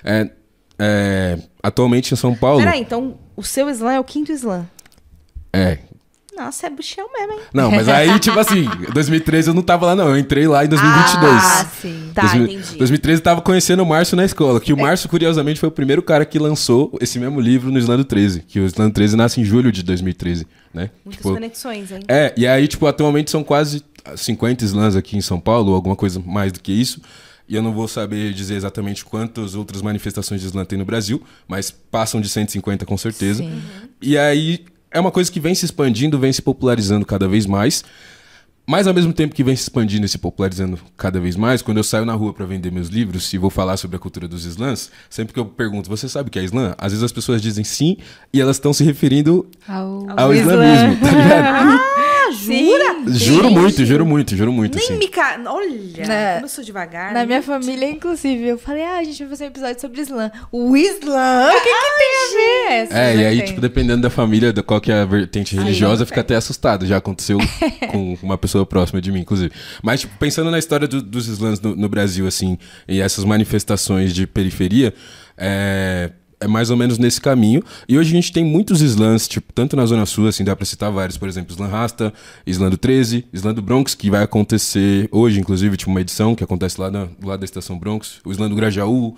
atualmente em São Paulo... Peraí, então o seu slam é o quinto slam? Nossa, é buchão mesmo, hein? Não, mas aí, tipo assim, 2013 eu não tava lá, não. Eu entrei lá em 2022. Sim. Tá, entendi. 2013 eu tava conhecendo o Márcio na escola. Que o Márcio, curiosamente, foi o primeiro cara que lançou esse mesmo livro no Slam do 13. Que o Slam do 13 nasce em julho de 2013, né? Muitas conexões, hein? E aí, tipo, atualmente são quase 50 slams aqui em São Paulo, ou alguma coisa mais do que isso. E eu não vou saber dizer exatamente quantas outras manifestações de slam tem no Brasil, mas passam de 150 com certeza. Sim. E aí... é uma coisa que vem se expandindo, vem se popularizando cada vez mais. Mas ao mesmo tempo que vem se expandindo e se popularizando cada vez mais, quando eu saio na rua para vender meus livros e vou falar sobre a cultura dos slams, sempre que eu pergunto, você sabe o que é slam? Às vezes as pessoas dizem sim e elas estão se referindo ao islamismo, tá ligado? Jura? Juro muito. Nem assim. Olha, como eu sou devagar. Na minha família, inclusive, eu falei, a gente vai fazer um episódio sobre slam. O slam? O que tem a ver? E aí, tipo, dependendo da família, qual que é a vertente religiosa, fica até assustado. Já aconteceu com uma pessoa próxima de mim, inclusive. Mas, tipo, pensando na história dos slams no Brasil, assim, e essas manifestações de periferia, é mais ou menos nesse caminho. E hoje a gente tem muitos slams, tipo, tanto na Zona Sul, assim, dá pra citar vários, por exemplo, Slam Rasta, Slam do 13, Slam do Bronx, que vai acontecer hoje, inclusive, tipo, uma edição que acontece lá do lado da Estação Bronx, o Slam do Grajaú,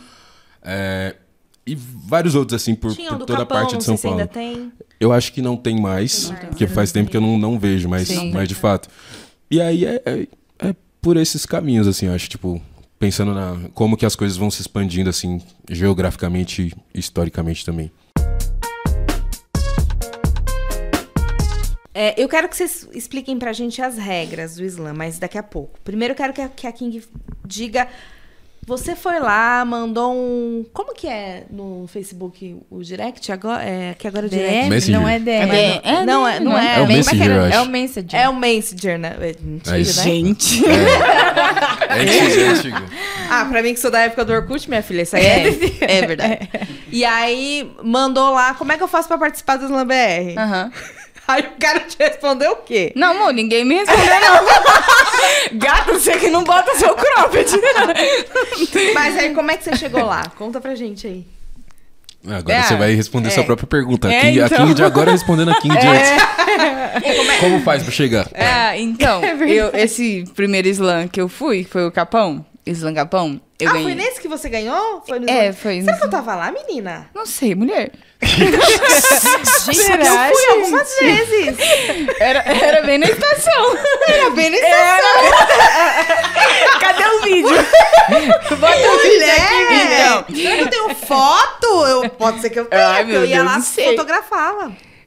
e vários outros, assim, por toda a parte de São Paulo. Ainda tem. Eu acho que não tem mais, porque faz tempo que eu não vejo, mas de fato. E aí é por esses caminhos, assim, eu acho, tipo... pensando como que as coisas vão se expandindo, assim, geograficamente e historicamente também. Eu quero que vocês expliquem pra gente as regras do slam, mas daqui a pouco. Primeiro eu quero que a King diga Você foi lá, mandou um... Como que é no Facebook o direct? Agora, que agora é direct. DM? Messenger. Não é DM. Não é. É o Como é que Messenger, era? eu acho. É o Messenger. É o Messenger, né? Antigo, É isso. né? Gente. É antigo. Ah, pra mim que sou da época do Orkut, minha filha, isso aí é verdade. E aí, mandou lá, como é que eu faço pra participar do Slam BR? Aham. Aí o cara te respondeu o quê? Não, amor, ninguém me respondeu, não. Gato, você que não bota seu cropped. Mas aí, como é que você chegou lá? Conta pra gente aí. Agora você vai responder sua própria pergunta. É, A então. King de agora respondendo a King de antes. Como faz pra chegar? Então, esse primeiro slam que eu fui, foi o Capão. Slam Capão. Eu ganhei. Foi nesse que você ganhou? Foi no foi. Será que eu tava lá, menina? Não sei, mulher. Gente, Será, eu fui gente? algumas vezes. Era bem na estação. Era bem na estação. Cadê o vídeo? Bota o vídeo aqui, então. Será que eu tenho foto? Pode ser que eu tenha, Ai, porque eu meu ia Deus lá do e céu. fotografava.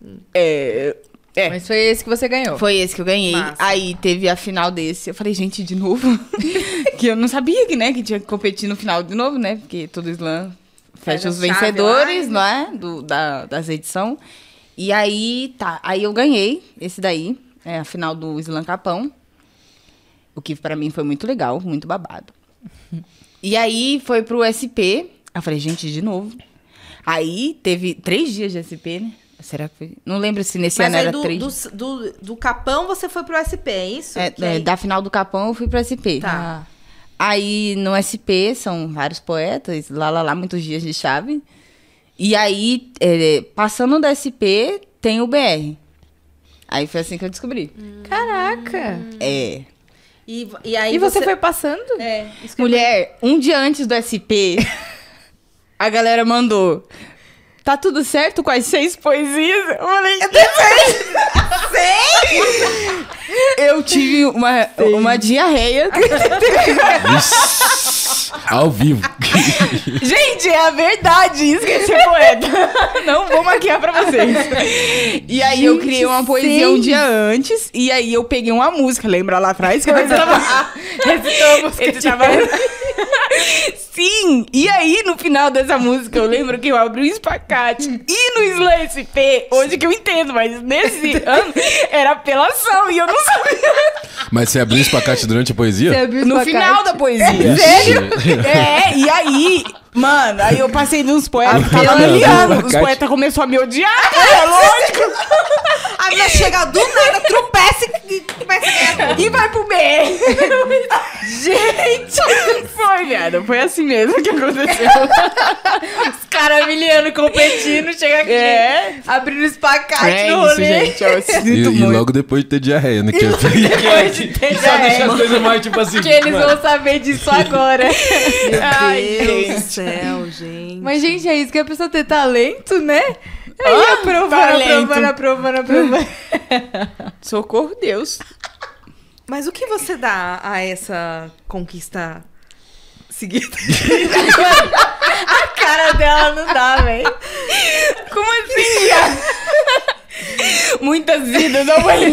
Mas foi esse que você ganhou. Foi esse que eu ganhei. Massa. Aí teve a final desse. Eu falei, gente, de novo? Que eu não sabia que, né, que tinha que competir no final de novo, né? Porque todo slam Faz fecha a os chave vencedores, lá, não é? Das edições. E aí, tá. Aí eu ganhei esse daí, a final do Slam Capão. O que pra mim foi muito legal, muito babado. E aí foi pro SP. Eu falei, gente, de novo. Aí teve 3 dias de SP, né? Será que foi? Não lembro se nesse Mas ano aí era 3. do Capão você foi pro SP, é isso? Que aí- Da final do Capão eu fui pro SP. Tá. Aí no SP são vários poetas, lá, muitos dias de chave. E aí, passando do SP, tem o BR. Aí foi assim que eu descobri. Caraca. E aí E você foi passando? É, isso que eu- Mulher, um dia antes do SP, a galera mandou. Tá tudo certo com as 6 poesias? Eu falei, eu tive uma diarreia. Ixi, ao vivo. Gente, é a verdade, isso que é ser poeta. Não vou maquiar pra vocês. E aí eu criei uma poesia um dia antes, e aí eu peguei uma música, lembra lá atrás? Que eu recitava. Sim, e aí no final dessa música eu lembro que eu abri um espacate. E no Slam SP, hoje que eu entendo, mas nesse ano era apelação e eu não sabia. Mas você abriu o espacate durante a poesia? Você abriu o No espacate? final da poesia. Sério? E aí, mano, aí eu passei nos poetas, Ah, tava pelo me liando. amor. Os poetas começaram a me odiar, é lógico. A menina chega do nada, tropeça e começa a... E vai pro BR. Gente, foi, viado. Foi assim mesmo que aconteceu. Os caras miliano competindo, chega aqui, abrindo espacate no rolê. gente. Eu sinto E muito. logo depois de ter diarreia, né? Que Depois de ter só diarreia. deixa as coisas mais tipo assim. Que eles vão saber disso agora. Ai, Meu Deus gente. do céu, gente. Mas, gente, é isso que a pessoa ter talento, né? Aí aprovando, talento. aprovando. Socorro, Deus. Mas o que você dá a essa conquista seguida? A cara dela não dá, velho. Como assim, viado? Muitas vidas, não foi?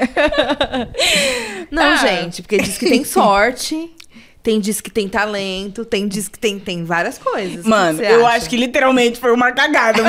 Não, gente, porque diz que tem sorte, tem diz que tem talento, tem diz que tem várias coisas. Mano, O que você eu acha? acho que literalmente foi uma cagada.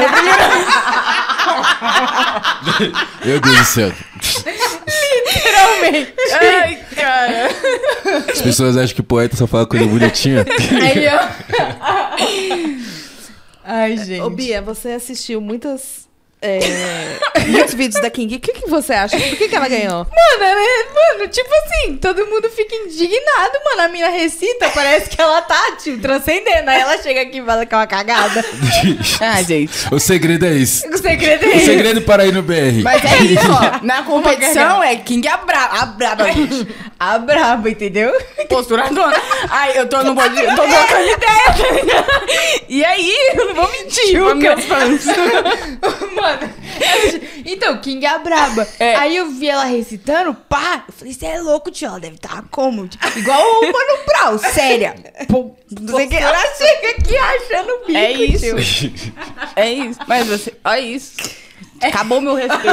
Meu Deus do céu. Literalmente. Ai, cara. As pessoas acham que poeta só fala coisa bonitinha. Aí, ó. Ai, gente. Ô, Bia, você assistiu muitos vídeos da King. O que você acha? Por que ela ganhou? Mano, tipo assim, todo mundo fica indignado, mano. A mina recita, parece que ela tá, tipo, transcendendo. Aí ela chega aqui e fala que é uma cagada. Ah, gente. O segredo é isso. O segredo é O esse. segredo para ir no BR. Mas é isso, ó. Na competição é King a braba, gente. A braba, entendeu? Posturadona. Ai, eu tô no bode. Eu tô trocando ideia, tá ligado? E aí, eu não vou mentir pra meus fãs. Mano, então, King é a braba. É. Aí eu vi ela recitando, pá. Eu falei, você é louco, tio. Ela deve estar como? Tipo, igual o Mano Brown, séria. Pô, não sei o que. Ela chega aqui achando o bico, É isso. tio. É isso. Mas você. Olha isso. Acabou meu respeito.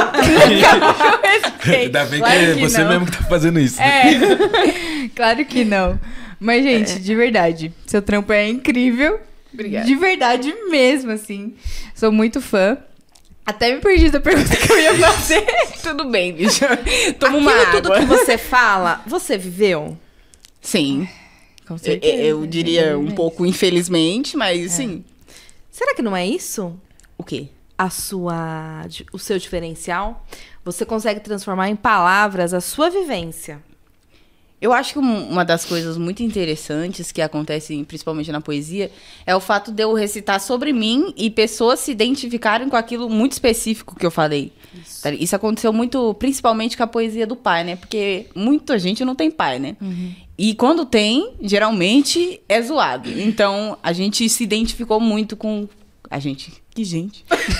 Ainda bem Claro que é que você não. mesmo que tá fazendo isso. É. Claro que não. Mas, gente, de verdade, seu trampo é incrível. Obrigada. De verdade mesmo, assim. Sou muito fã. Até me perdi da pergunta que eu ia fazer. Tudo bem, bicho. Toma uma Aquilo água. tudo que você fala, você viveu? Sim. Com certeza. Eu diria um pouco infelizmente, mas sim. Será que não é isso? O quê? O seu diferencial? Você consegue transformar em palavras a sua vivência. Eu acho que uma das coisas muito interessantes que acontecem, principalmente na poesia, é o fato de eu recitar sobre mim e pessoas se identificarem com aquilo muito específico que eu falei. Isso aconteceu muito, principalmente com a poesia do pai, né? Porque muita gente não tem pai, né? E quando tem, geralmente é zoado. Então, a gente se identificou muito com... A gente... Que gente?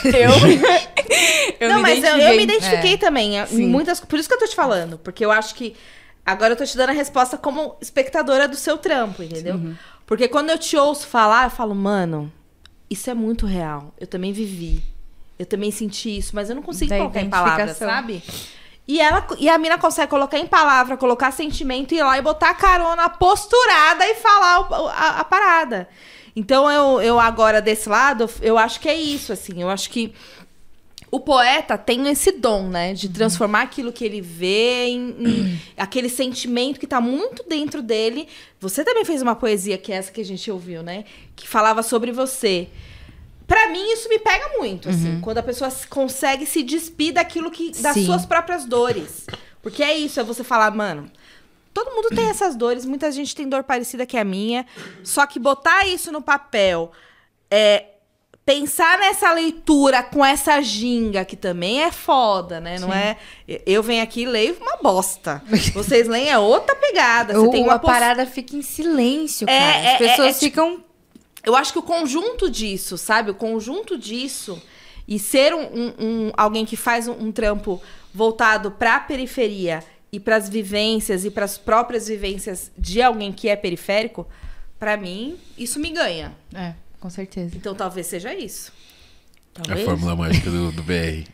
Eu Não, mas eu me identifiquei também. Sim. Por isso que eu tô te falando. Porque eu acho que... Agora eu tô te dando a resposta como espectadora do seu trampo, entendeu? Porque quando eu te ouço falar, eu falo, mano, isso é muito real. Eu também vivi. Eu também senti isso, mas eu não consigo Da colocar em palavras, identificação. sabe? E a mina consegue colocar em palavra, colocar sentimento, ir lá e botar a carona posturada e falar a parada. Então, eu agora, desse lado, eu acho que é isso, assim. Eu acho que o poeta tem esse dom, né? De transformar aquilo que ele vê em aquele sentimento que tá muito dentro dele. Você também fez uma poesia, que é essa que a gente ouviu, né? Que falava sobre você. Pra mim, isso me pega muito, assim. Quando a pessoa consegue se despir daquilo das Sim. suas próprias dores. Porque é isso, é você falar, mano... Todo mundo tem essas dores, muita gente tem dor parecida que a minha. Só que botar isso no papel, pensar nessa leitura com essa ginga, que também é foda, né? Não é? Eu venho aqui e leio uma bosta. Vocês leem é outra pegada. Você tem uma A parada fica em silêncio, cara. As pessoas ficam... Eu acho que o conjunto disso, sabe? O conjunto disso e ser alguém que faz um trampo voltado pra periferia e pras vivências e pras próprias vivências de alguém que é periférico, pra mim, isso me ganha. É, com certeza. Então talvez seja isso. É a Talvez. fórmula mágica do BR.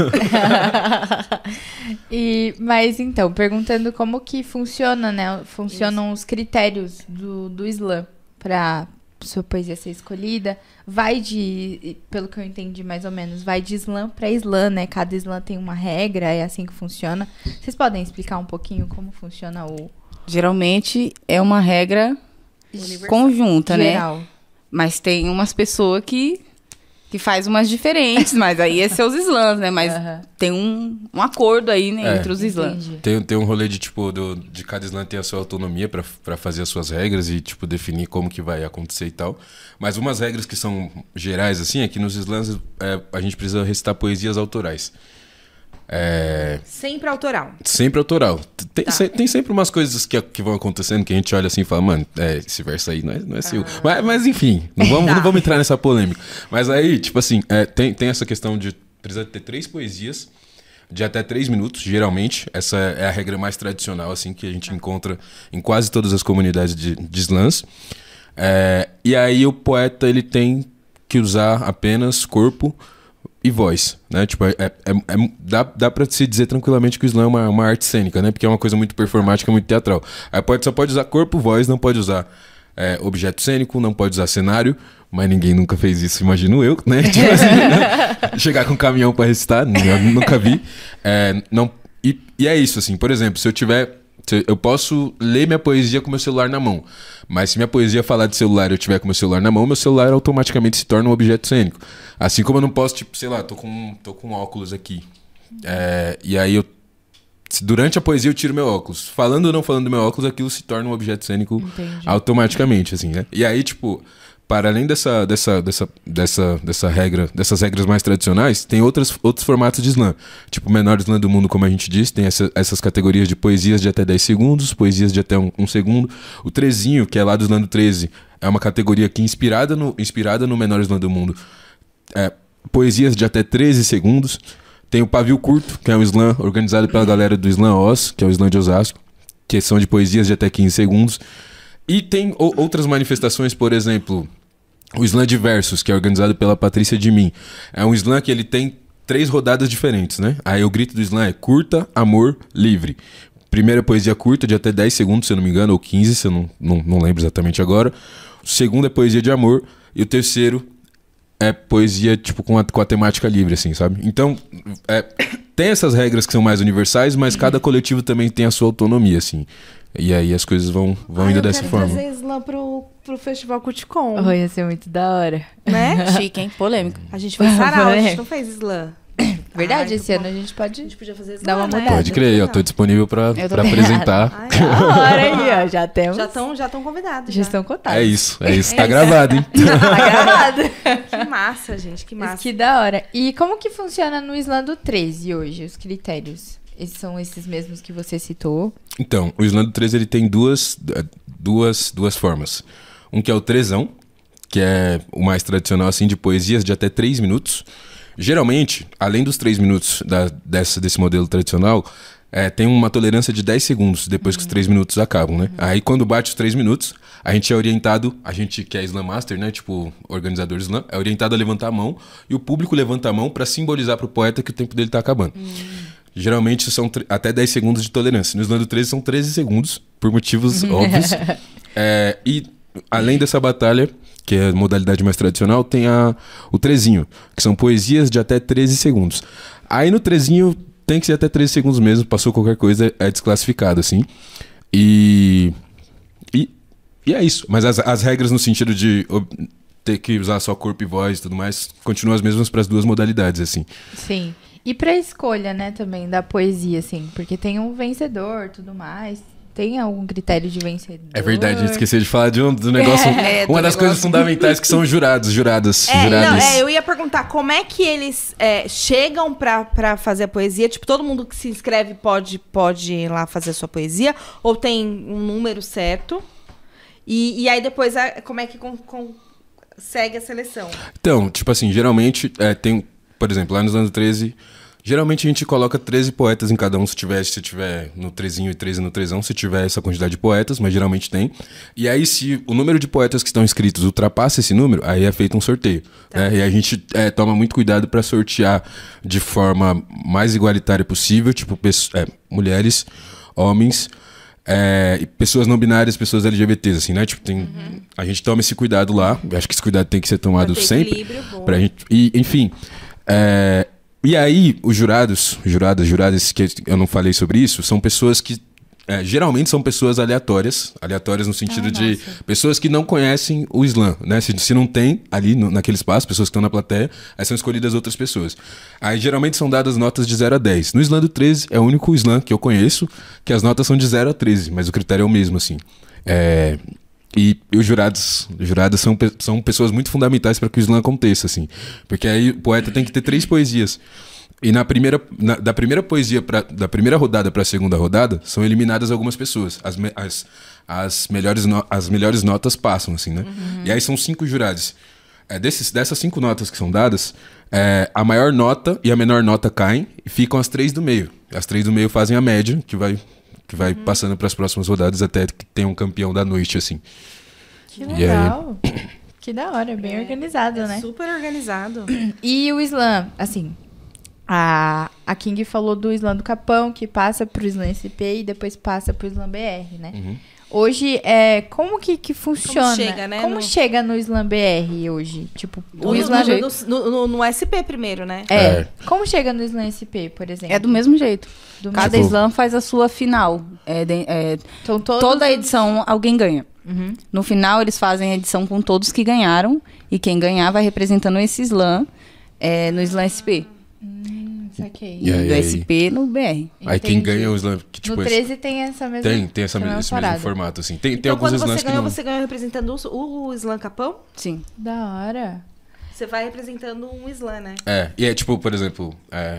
Mas então, perguntando como que funciona, né? Funcionam os critérios do slam pra sua poesia ser escolhida. Vai pelo que eu entendi mais ou menos, vai de slam pra slam, né? Cada slam tem uma regra, é assim que funciona. Vocês podem explicar um pouquinho como funciona o Geralmente é uma regra Universal. conjunta, geral? né? Mas tem umas pessoas que faz umas diferentes, mas aí é seus slams, né? Mas tem um acordo aí, né, entre os slams. Entendi. Tem um rolê de, tipo, de cada slam ter a sua autonomia pra fazer as suas regras e, tipo, definir como que vai acontecer e tal. Mas umas regras que são gerais, assim, é que nos slams a gente precisa recitar poesias autorais. Sempre autoral. Sempre autoral. Tem sempre umas coisas que vão acontecendo que a gente olha assim e fala, mano, esse verso aí não é seu. Mas enfim, não vamos entrar nessa polêmica. Mas aí, tipo assim, tem essa questão de precisa ter 3 poesias de até 3 minutos, geralmente. Essa é a regra mais tradicional, assim, que a gente encontra em quase todas as comunidades de slams. E aí o poeta, ele tem que usar apenas corpo e voz, né? Tipo, dá pra se dizer tranquilamente que o slam é uma arte cênica, né? Porque é uma coisa muito performática, muito teatral. Aí só pode usar corpo, voz, não pode usar objeto cênico, não pode usar cenário, mas ninguém nunca fez isso, imagino eu, né? Tipo assim, chegar com um caminhão pra recitar, nunca vi. E é isso, assim, por exemplo, eu posso ler minha poesia com meu celular na mão, mas se minha poesia falar de celular e eu tiver com meu celular na mão, meu celular automaticamente se torna um objeto cênico. Assim como eu não posso, tipo, sei lá, tô com óculos aqui. E aí durante a poesia eu tiro meu óculos. Falando ou não falando do meu óculos, aquilo se torna um objeto cênico automaticamente, assim, né? E aí, tipo, para além dessas regras mais tradicionais, tem outros formatos de slam. Tipo, o menor slam do mundo, como a gente disse, tem essas categorias de poesias de até 10 segundos, poesias de até 1 segundo. O trezinho, que é lá do slam do 13, é uma categoria que inspirada no menor slam do mundo. Poesias de até 13 segundos. Tem o pavio curto, que é um slam organizado pela galera do Slam Oz, que é o slam de Osasco, que são de poesias de até 15 segundos. E tem outras manifestações, por exemplo, o slam de versos, que é organizado pela Patrícia de Mim. É um slam que ele tem 3 rodadas diferentes, né? Aí o grito do slam é curta, amor, livre. primeiro é poesia curta, de até 10 segundos, se eu não me engano, ou 15, se eu não lembro exatamente agora. O segundo é poesia de amor. E o terceiro é poesia, tipo, com a temática livre, assim, sabe? Então, tem essas regras que são mais universais, mas cada coletivo também tem a sua autonomia, assim. E aí as coisas vão indo dessa forma. Eu quero trazer slam pro Festival Cuticom, Oh, ia ser muito da hora. né? Chique, hein? Polêmico. A gente fez sarau, a gente não fez slam. Verdade, Ai, esse muito ano bom. a gente pode... A gente podia fazer slam, Dá uma né? mudada. Pode crer, eu tô disponível pra apresentar. Ai, Da hora aí, ó. Já temos... já estão convidados. Já estão contados. É isso. Tá gravado, hein? Tá gravado. Que massa, gente, que massa. Mas que da hora. E como que funciona no Slam do 13 hoje, os critérios? Esses são esses mesmos que você citou? Então, o Slam do 13 ele tem duas formas. Um que é o trezão, que é o mais tradicional, assim, de poesias de até 3 minutos. Geralmente, além dos 3 minutos desse modelo tradicional, tem uma tolerância de 10 segundos depois que os 3 minutos acabam, né? Aí, quando bate os 3 minutos, a gente é orientado, a gente que é Slam Master, né? Tipo, organizador Slam, é orientado a levantar a mão e o público levanta a mão para simbolizar pro poeta que o tempo dele tá acabando. Geralmente são até 10 segundos de tolerância. No Slam do 13 são 13 segundos, por motivos óbvios. E além dessa batalha, que é a modalidade mais tradicional, tem o trezinho, que são poesias de até 13 segundos. Aí no trezinho tem que ser até 13 segundos mesmo, passou qualquer coisa, é desclassificado, assim. E é isso. Mas as regras no sentido de ter que usar só corpo e voz e tudo mais, continuam as mesmas para as duas modalidades, assim. Sim. E pra escolha, né, também, da poesia, assim, porque tem um vencedor, tudo mais. Tem algum critério de vencedor? É verdade, esqueci de falar do negócio. Uma das coisas fundamentais que são os juradas. Eu ia perguntar como é que eles chegam pra fazer a poesia. Tipo, todo mundo que se inscreve pode ir lá fazer a sua poesia? Ou tem um número certo? E aí depois, como é que segue a seleção? Então, tipo assim, geralmente tem, por exemplo, lá nos anos 13... Geralmente a gente coloca 13 poetas em cada um, se tiver no trezinho e 13 no trezão, se tiver essa quantidade de poetas, mas geralmente tem. E aí, se o número de poetas que estão inscritos ultrapassa esse número, aí é feito um sorteio. Tá. Né? E a gente toma muito cuidado para sortear de forma mais igualitária possível, tipo, mulheres, homens, pessoas não binárias, pessoas LGBTs, assim, né? Tipo, a gente toma esse cuidado lá, acho que esse cuidado tem que ser tomado sempre. Pra gente, enfim... E aí, os juradas, que eu não falei sobre isso, são pessoas que, geralmente são pessoas aleatórias no sentido de pessoas que não conhecem o Slam, né? Se não tem ali naquele espaço, pessoas que estão na plateia, aí são escolhidas outras pessoas. Aí, geralmente, são dadas notas de 0 a 10. No Slam do 13, é o único Slam que eu conheço que as notas são de 0 a 13, mas o critério é o mesmo, assim. E os jurados são pessoas muito fundamentais para que o Slam aconteça, assim. Porque aí o poeta tem que ter 3 poesias. E da primeira poesia, da primeira rodada para a segunda rodada, são eliminadas algumas pessoas. As melhores notas passam, assim, né? E aí são 5 jurados. Dessas 5 notas que são dadas, a maior nota e a menor nota caem e ficam as 3 do meio. As 3 do meio fazem a média, que vai passando para as próximas rodadas até que tenha um campeão da noite, assim. Que legal. Que da hora, bem organizado, né? Super organizado. E o Slam, assim, a King falou do Slam do Capão, que passa pro Slam SP e depois passa pro Slam BR, né? Hoje, como que funciona? Como chega, né? Como chega no Slam BR hoje? Tipo, o Slam no SP primeiro, né? Como chega no Slam SP, por exemplo? É do mesmo jeito. Cada mesmo. Slam faz a sua final. Então, toda edição alguém ganha. No final, eles fazem a edição com todos que ganharam. E quem ganhar vai representando esse Slam no Slam SP. Saquei. Do SP no BR. Aí quem ganha o Slam... Que, tipo, no 13 tem essa mesma... Tem esse mesmo formato, assim. Tem Então, alguns quando slams que não... você ganhou representando o Slam Capão? Sim. Da hora. Você vai representando um Slam, né? E é tipo, por exemplo,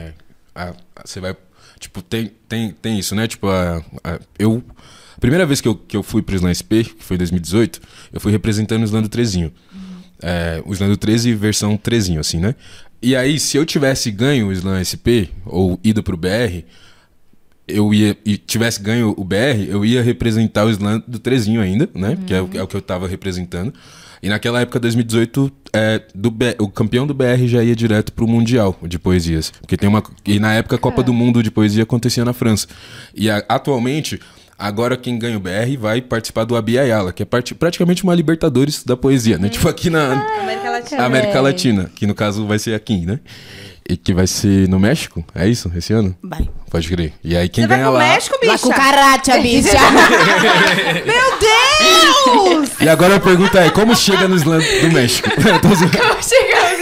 você vai... Tipo, tem isso, né? Tipo, a primeira vez que eu fui pro Slam SP, que foi em 2018, eu fui representando o Slam do Trezinho. O Slam do 13 versão Trezinho, assim, né? E aí, se eu tivesse ganho o Slam SP, ou ido pro BR, e tivesse ganho o BR, eu ia representar o Slam do Trezinho ainda, né? Que é o que eu tava representando. E naquela época, 2018, o campeão do BR já ia direto pro Mundial de Poesias. Porque e na época a Copa do Mundo de Poesia acontecia na França. E atualmente, agora quem ganha o BR vai participar do Abi Ayala, que é praticamente uma Libertadores da poesia, né? Tipo aqui na América Latina, que no caso vai ser aqui, né? E que vai ser no México? É isso? Esse ano? Vai. Pode crer. E aí quem Você ganha vai pro lá... México, bicha? Lá com caracha, bicha. Meu Deus! E agora a pergunta é, como chega no Slam do México? Como chegamos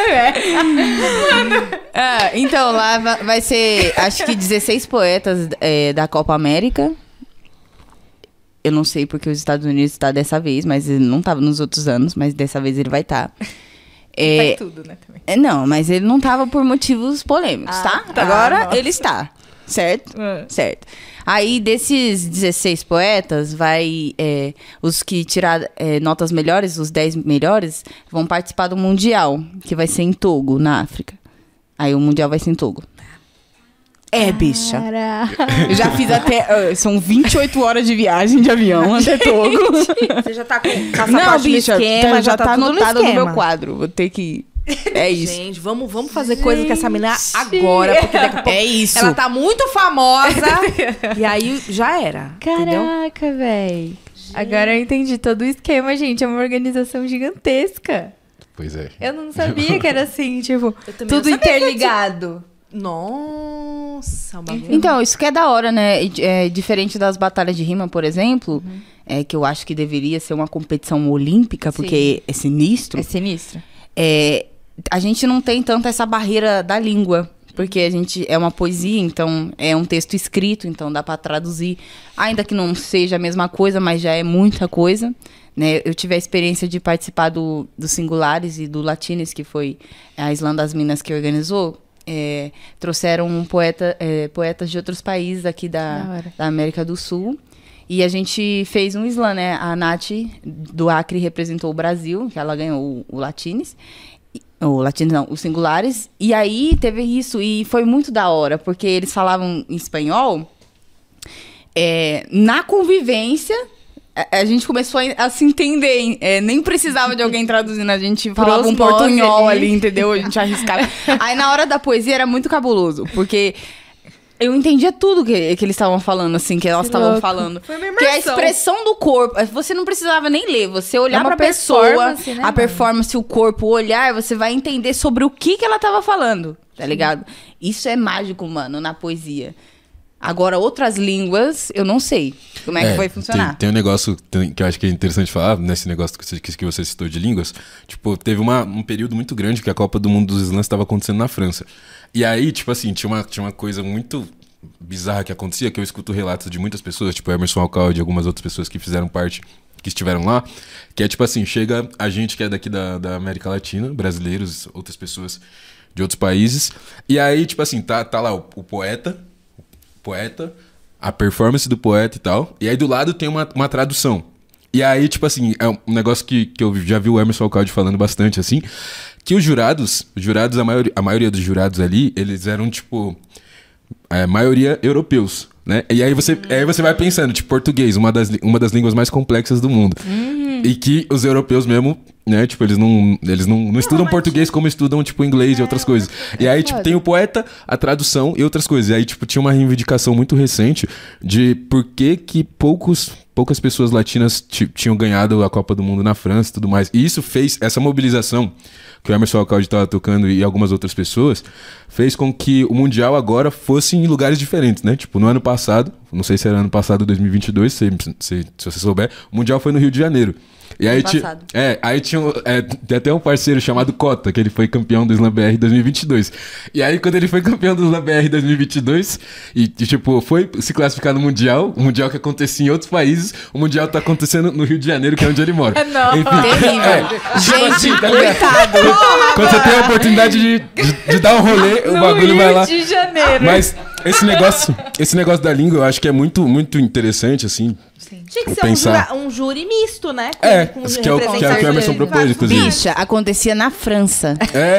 Então, lá vai ser, acho que 16 poetas da Copa América. Eu não sei porque os Estados Unidos está dessa vez, mas ele não estava nos outros anos, mas dessa vez ele vai estar. Faz tudo, né, também. Não, mas ele não estava por motivos polêmicos, tá? Agora nossa. ele está, certo? Certo. Aí, desses 16 poetas, os que tirar notas melhores, os 10 melhores, vão participar do Mundial, que vai ser em Togo, na África. Aí o Mundial vai ser em Togo. Bicha. Eu já fiz são 28 horas de viagem de avião até Togo. Você já tá com passaporte Não, bicha, no esquema, já tá tudo anotado no esquema. meu quadro. Vou ter que... É isso. Gente, vamos fazer coisa com essa menina agora, porque daqui a pouco É isso. ela tá muito famosa e aí já era, entendeu? Caraca, véi. Agora eu entendi todo o esquema, gente. É uma organização gigantesca. Pois é. Eu não sabia que era assim, tipo, Eu também tudo não sabia que interligado. Nossa, uma Então, isso que é da hora, né? É diferente das batalhas de rima, por exemplo, que eu acho que deveria ser uma competição olímpica, porque é sinistro. É sinistro. A gente não tem tanto essa barreira da língua, porque a gente é uma poesia, então é um texto escrito, então dá pra traduzir, ainda que não seja a mesma coisa, mas já é muita coisa, né? Eu tive a experiência de participar do Singulares e do Latines, que foi a Islã das Minas que organizou. Trouxeram poetas de outros países aqui da América do Sul. E a gente fez um slam, né? A Nath, do Acre, representou o Brasil, que ela ganhou o Latines. Os Singulares. E aí teve isso, e foi muito da hora, porque eles falavam em espanhol. Na convivência, a gente começou a se entender. Nem precisava de alguém traduzindo, a gente falava um portunhol ali, entendeu? A gente arriscava. Aí na hora da poesia era muito cabuloso, porque... Eu entendia tudo que eles estavam falando, assim, que elas estavam falando. Foi uma que a imersão. expressão do corpo, você não precisava nem ler, você olhar uma pra pessoa, performance, né, a performance, o corpo, o olhar, você vai entender sobre o que ela tava falando, tá ligado? Isso é mágico, mano, na poesia. Agora, outras línguas, eu não sei como é que vai funcionar. Tem um negócio que eu acho que é interessante falar, nesse negócio que você citou de línguas. Tipo, teve um período muito grande que a Copa do Mundo dos Slams estava acontecendo na França. E aí, tipo assim, tinha uma coisa muito bizarra que acontecia, que eu escuto relatos de muitas pessoas, tipo Emerson Alcalde e algumas outras pessoas que fizeram parte, que estiveram lá, que é tipo assim, chega a gente que é daqui da América Latina, brasileiros, outras pessoas de outros países, e aí, tipo assim, tá lá o poeta, a performance do poeta e tal, e aí do lado tem uma tradução. E aí, tipo assim, é um negócio que eu já vi o Emerson Alcalde falando bastante, assim, que os jurados, a maioria dos jurados ali, eles eram, tipo, maioria europeus, né? E aí você vai pensando, tipo, português, uma das línguas mais complexas do mundo. E que os europeus mesmo, né, tipo, eles não estudam português como estudam, tipo, inglês e outras coisas. E aí, tipo, tem o poeta, a tradução e outras coisas. E aí, tipo, tinha uma reivindicação muito recente de por que poucas pessoas latinas tinham ganhado a Copa do Mundo na França e tudo mais. E isso fez, essa mobilização que o Emerson Alcalde estava tocando e algumas outras pessoas, fez com que o Mundial agora fosse em lugares diferentes, né? Tipo, no ano passado, não sei se era ano passado, 2022, se você souber, o Mundial foi no Rio de Janeiro. E aí tinha tem até um parceiro chamado Cota, que ele foi campeão do Slam BR 2022. E aí, quando ele foi campeão do Slam BR 2022, e tipo, foi se classificar no Mundial, o Mundial que acontecia em outros países, o Mundial tá acontecendo no Rio de Janeiro, que é onde ele mora. Não. Terrível. Gente, tá coitado. Quando você tem a oportunidade de dar um rolê, o bagulho vai lá. Rio de Janeiro. Mas esse negócio da língua eu acho que é muito, muito interessante, assim. Tinha que ser pensar. um júri misto, né? Que é o que o Emerson propôs, inclusive. Bicha, acontecia na França.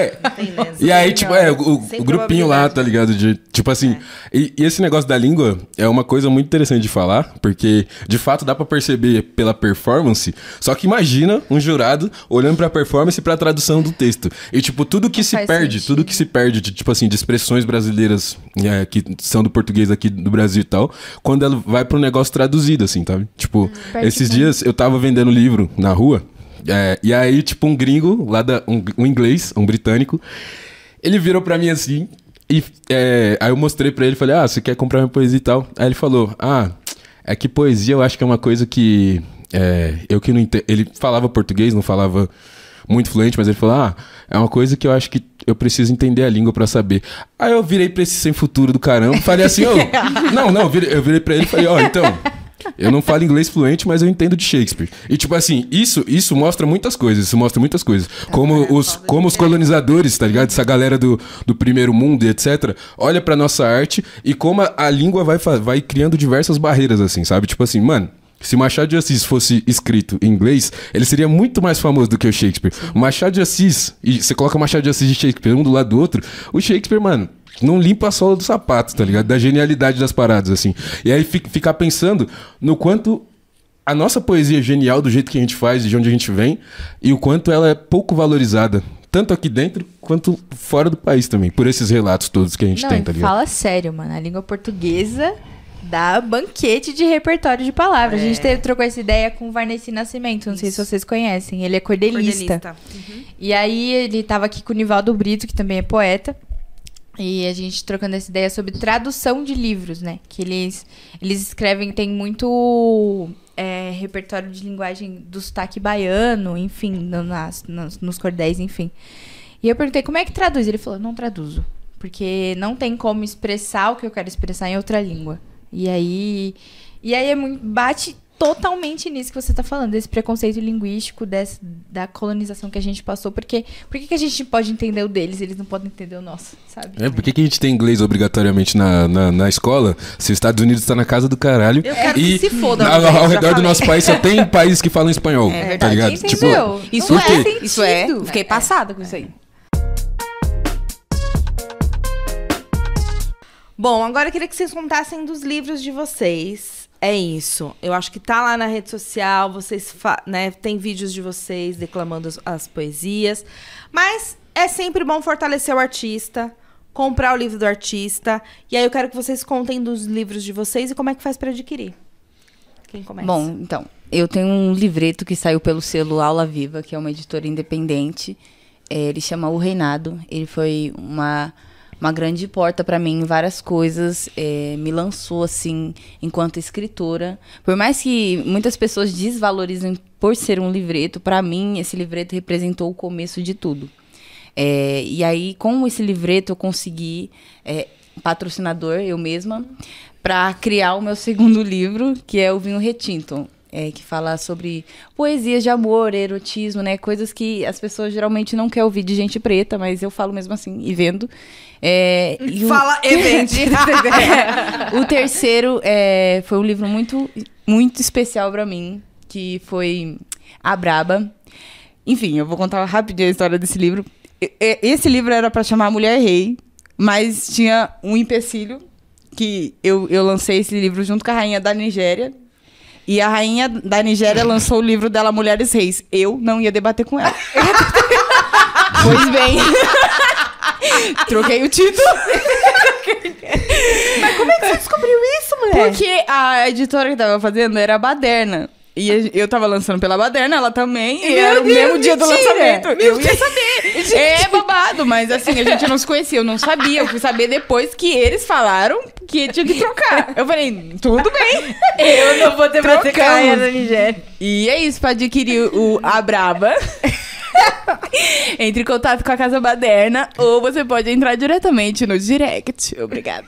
E aí, tipo, o grupinho lá, tá ligado? De, tipo assim, e esse negócio da língua é uma coisa muito interessante de falar, porque, de fato, dá pra perceber pela performance, só que imagina um jurado olhando pra performance e pra tradução do texto. E, tipo, tudo que se perde, de, tipo assim, de expressões brasileiras que são do português aqui do Brasil e tal, quando ela vai pro negócio traduzido, assim, sabe? Tipo, esses dias eu tava vendendo livro na rua, e aí, tipo, um gringo, um inglês, um britânico, ele virou pra mim assim, e aí eu mostrei pra ele, falei, você quer comprar minha poesia e tal? Aí ele falou, é que poesia eu acho que é uma coisa que eu que não entendo. Ele falava português, não falava muito fluente, mas ele falou, é uma coisa que eu acho que eu preciso entender a língua pra saber. Aí eu virei pra esse sem futuro do caramba, falei assim, eu virei pra ele e falei, então... Eu não falo inglês fluente, mas eu entendo de Shakespeare. E, tipo assim, isso mostra muitas coisas. Como os colonizadores, tá ligado? Essa galera do primeiro mundo e etc. Olha pra nossa arte e como a língua vai criando diversas barreiras, assim, sabe? Tipo assim, mano... Se Machado de Assis fosse escrito em inglês, ele seria muito mais famoso do que o Shakespeare. O Machado de Assis, e você coloca Machado de Assis e Shakespeare um do lado do outro, o Shakespeare, mano... não limpa a sola do sapato, tá ligado? Da genialidade das paradas, assim. E aí ficar pensando no quanto a nossa poesia é genial do jeito que a gente faz, de onde a gente vem, e o quanto ela é pouco valorizada, tanto aqui dentro quanto fora do país também, por esses relatos todos que a gente tem, tá ligado? Fala sério, mano. A língua portuguesa dá banquete de repertório de palavras. A gente trocou essa ideia com o Varnesi Nascimento, não sei se vocês conhecem. Ele é cordelista. E aí ele tava aqui com o Nivaldo Brito, que também é poeta. E a gente trocando essa ideia sobre tradução de livros, né? Que eles escrevem, tem muito repertório de linguagem do sotaque baiano, enfim, nos cordéis, enfim. E eu perguntei, como é que traduz? Ele falou, não traduzo. Porque não tem como expressar o que eu quero expressar em outra língua. E aí bate totalmente nisso que você tá falando, desse preconceito linguístico, da colonização que a gente passou, porque por que a gente pode entender o deles, eles não podem entender o nosso, sabe? Por que a gente tem inglês obrigatoriamente na escola, se os Estados Unidos tá na casa do caralho, eu quero que se foda, ao redor do nosso país só tem países que falam espanhol, tá ligado? Entendeu? Tipo, isso é, fiquei passada com isso aí. Bom, agora eu queria que vocês contassem dos livros de vocês. É isso. Eu acho que tá lá na rede social, vocês tem vídeos de vocês declamando as poesias. Mas é sempre bom fortalecer o artista, comprar o livro do artista. E aí eu quero que vocês contem dos livros de vocês e como é que faz para adquirir. Quem começa? Bom, então, eu tenho um livreto que saiu pelo selo Aula Viva, que é uma editora independente. Ele chama O Reinado. Ele foi uma grande porta para mim em várias coisas, me lançou, assim, enquanto escritora. Por mais que muitas pessoas desvalorizem por ser um livreto, para mim, esse livreto representou o começo de tudo. E aí, com esse livreto, eu consegui patrocinador, eu mesma, para criar o meu segundo livro, que é O Vinho Retinto. Que fala sobre poesias de amor, erotismo, né? Coisas que as pessoas geralmente não querem ouvir de gente preta, mas eu falo mesmo assim, e vendo. Fala e vende. O terceiro foi um livro muito, muito especial pra mim, que foi A Braba. Enfim, eu vou contar rapidinho a história desse livro. Esse livro era pra chamar Mulher Rei, mas tinha um empecilho, que eu lancei esse livro junto com a rainha da Nigéria. E a rainha da Nigéria lançou o livro dela, Mulheres Reis. Eu não ia debater com ela. Pois bem. Troquei o título. Mas como é que você descobriu isso, mulher? Porque a editora que tava fazendo era a Baderna. E eu tava lançando pela Baderna, ela também. E era o mesmo dia do lançamento. Eu ia saber. É babado, mas assim, a gente não se conhecia. Eu não sabia. Eu fui saber depois que eles falaram que tinha que trocar. Eu falei, tudo bem. Eu não vou debater com a rainha da Nigéria. E é isso, pra adquirir A Braba. Entre em contato com a Casa Baderna ou você pode entrar diretamente no direct. Obrigada.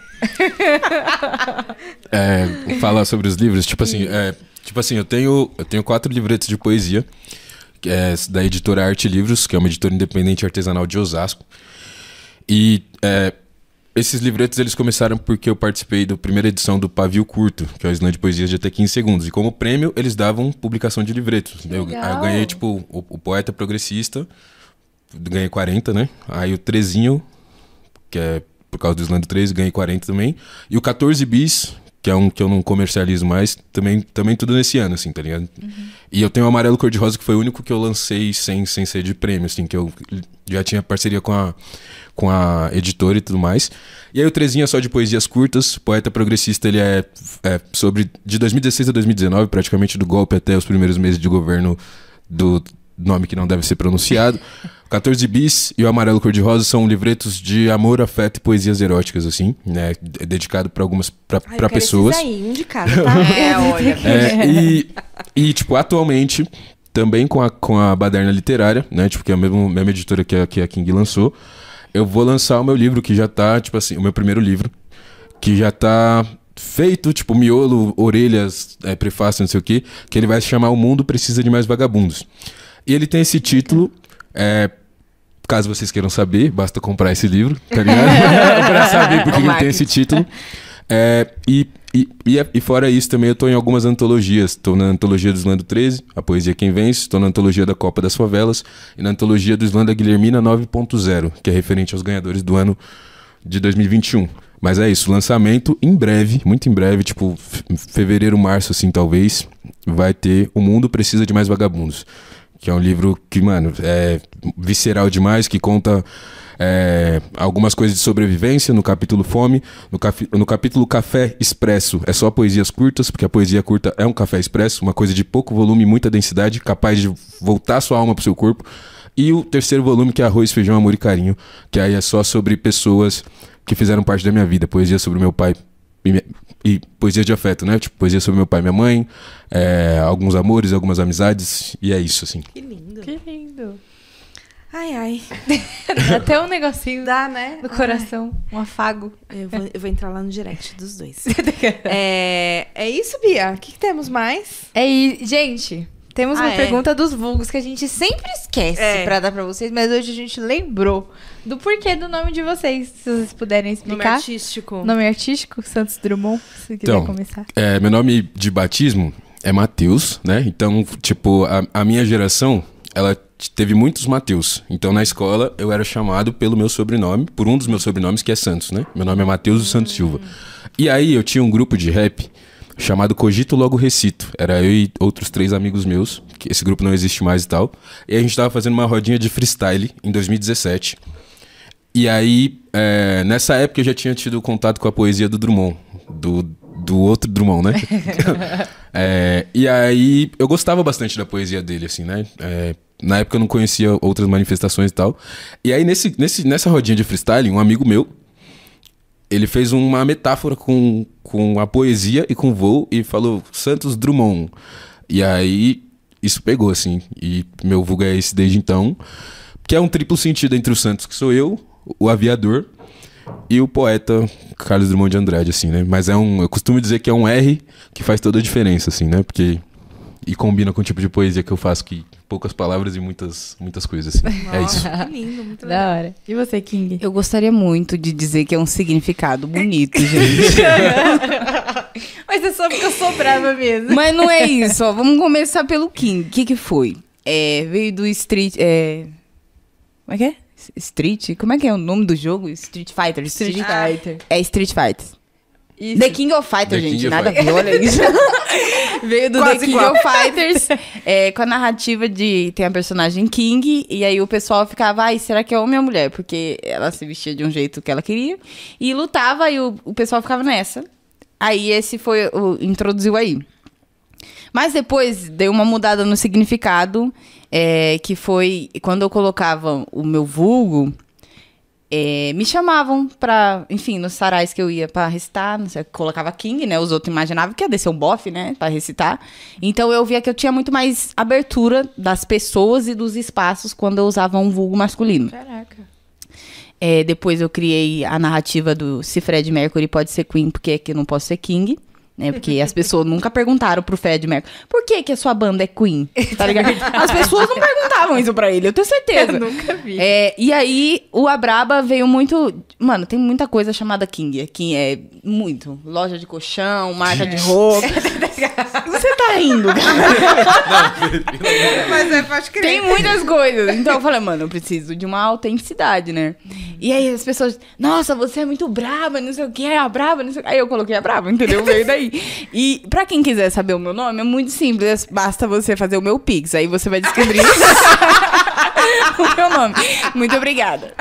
Falar sobre os livros, tipo assim, eu tenho 4 livretos de poesia, que é da editora Arte Livros, que é uma editora independente artesanal de Osasco. E esses livretos eles começaram porque eu participei da primeira edição do Pavio Curto, que é o slam de poesias de até 15 segundos. E como prêmio, eles davam publicação de livretos. Aí eu ganhei, tipo, o poeta progressista, ganhei 40, né? Aí o Trezinho, que é por causa do slam do 13, ganhei 40 também. E o 14 bis, que é um que eu não comercializo mais, também tudo nesse ano, assim, tá ligado? E eu tenho o Amarelo Cor-de-Rosa, que foi o único que eu lancei sem ser de prêmio, assim, que eu já tinha parceria com a editora e tudo mais. E aí o Trezinho é só de poesias curtas, poeta progressista, ele é sobre, de 2016 a 2019, praticamente do golpe até os primeiros meses de governo do nome que não deve ser pronunciado. 14 bis e o Amarelo Cor-de-Rosa são livretos de amor, afeto e poesias eróticas, assim, né? Dedicado para algumas para pessoas. Aí, um de cada, tá? Olha. E tipo, atualmente, também com a Baderna Literária, né? Tipo, que é a mesma editora que a King lançou, eu vou lançar o meu livro que já tá, tipo assim, o meu primeiro livro, que já tá feito, tipo, miolo, orelhas, prefácio, não sei o quê, que ele vai se chamar O Mundo Precisa de Mais Vagabundos. E ele tem esse título, caso vocês queiram saber, basta comprar esse livro, tá ligado? Pra saber por que ele tem esse título. E fora isso também eu tô em algumas antologias. Tô na antologia do Slam do 13, A Poesia Quem Vence. Tô na antologia da Copa das Favelas. E na antologia do Slam da Guilhermina 9.0, que é referente aos ganhadores do ano de 2021. Mas é isso, lançamento em breve, muito em breve, tipo fevereiro, março assim talvez, vai ter O Mundo Precisa de Mais Vagabundos. Que é um livro que, mano, é visceral demais, que conta algumas coisas de sobrevivência no capítulo Fome, no capítulo Café Expresso. É só poesias curtas, porque a poesia curta é um café expresso, uma coisa de pouco volume e muita densidade, capaz de voltar sua alma pro seu corpo. E o terceiro volume, que é Arroz, Feijão, Amor e Carinho, que aí é só sobre pessoas que fizeram parte da minha vida. Poesia sobre meu pai e poesia de afeto, né? Tipo, poesia sobre meu pai e minha mãe, alguns amores, algumas amizades, e é isso, assim. Que lindo. Que lindo. Ai, ai. Dá até um negocinho Dá, né? no coração, um afago. Eu vou entrar lá no direct dos dois. É isso, Bia? O que temos mais? Gente, temos uma pergunta dos vulgos que a gente sempre esquece pra dar pra vocês, mas hoje a gente lembrou do porquê do nome de vocês. Se vocês puderem explicar. Nome artístico. Nome artístico, Santos Drummond, se quiser começar. Meu nome de batismo é Matheus, né? Então, tipo, a minha geração, ela teve muitos Matheus. Então, na escola, eu era chamado pelo meu sobrenome, por um dos meus sobrenomes, que é Santos, né? Meu nome é Matheus dos Santos Silva. E aí, eu tinha um grupo de rap chamado Cogito Logo Recito. Era eu e outros 3 amigos meus, que esse grupo não existe mais e tal. E a gente tava fazendo uma rodinha de freestyle em 2017. E aí, nessa época eu já tinha tido contato com a poesia do Drummond, do outro Drummond, né? E aí, eu gostava bastante da poesia dele, assim, né? Na época eu não conhecia outras manifestações e tal. E aí, nessa rodinha de freestyle, um amigo meu, ele fez uma metáfora com a poesia e com o voo e falou Santos Drummond. E aí, isso pegou, assim. E meu vulgo é esse desde então, que é um triplo sentido entre o Santos, que sou eu, o aviador, e o poeta Carlos Drummond de Andrade, assim, né? Mas eu costumo dizer que é um R que faz toda a diferença, assim, né? Porque... E combina com o tipo de poesia que eu faço, que poucas palavras e muitas coisas, assim. Nossa, é isso. Que lindo, muito legal. Da hora. E você, King? Eu gostaria muito de dizer que é um significado bonito, gente. Mas é só porque eu sou brava mesmo. Mas não é isso, ó. Vamos começar pelo King. O que foi? Veio do Street... Como é que é? Street? Como é que é o nome do jogo? Street Fighter. Street Fighter. É Street Fighter. Isso. The King of Fighters, The gente. King of Nada a ver, olha isso. Veio do Quase The King igual. of Fighters, com a narrativa de... Tem a personagem King, e aí o pessoal ficava, será que é homem ou mulher? Porque ela se vestia de um jeito que ela queria, e lutava, e o pessoal ficava nessa. Aí esse foi introduziu aí. Mas depois deu uma mudada no significado, que foi quando eu colocava o meu vulgo... me chamavam pra, enfim, nos sarais que eu ia pra recitar, não sei, colocava King, né? Os outros imaginavam que ia descer um bofe, né? Pra recitar. Então eu via que eu tinha muito mais abertura das pessoas e dos espaços quando eu usava um vulgo masculino. Caraca. Depois eu criei a narrativa do se Fred Mercury pode ser Queen, porque é que eu não posso ser King, né? Porque as pessoas nunca perguntaram pro Fred Mercury, por que que a sua banda é Queen? Tá ligado? As pessoas não perguntavam isso pra ele, eu tenho certeza. Eu nunca vi. E aí, o Abraba veio muito... Mano, tem muita coisa chamada King. King é muito. Loja de colchão, marca de roupa. Você tá rindo, cara. Mas pode crer. Tem muitas coisas. Então eu falei, mano, eu preciso de uma autenticidade, né? E aí as pessoas, nossa, você é muito braba, não sei o que, a braba, não sei o que. Aí eu coloquei a braba, entendeu? Veio daí. E pra quem quiser saber o meu nome, é muito simples. Basta você fazer o meu Pix. Aí você vai descobrir o meu nome. Muito obrigada.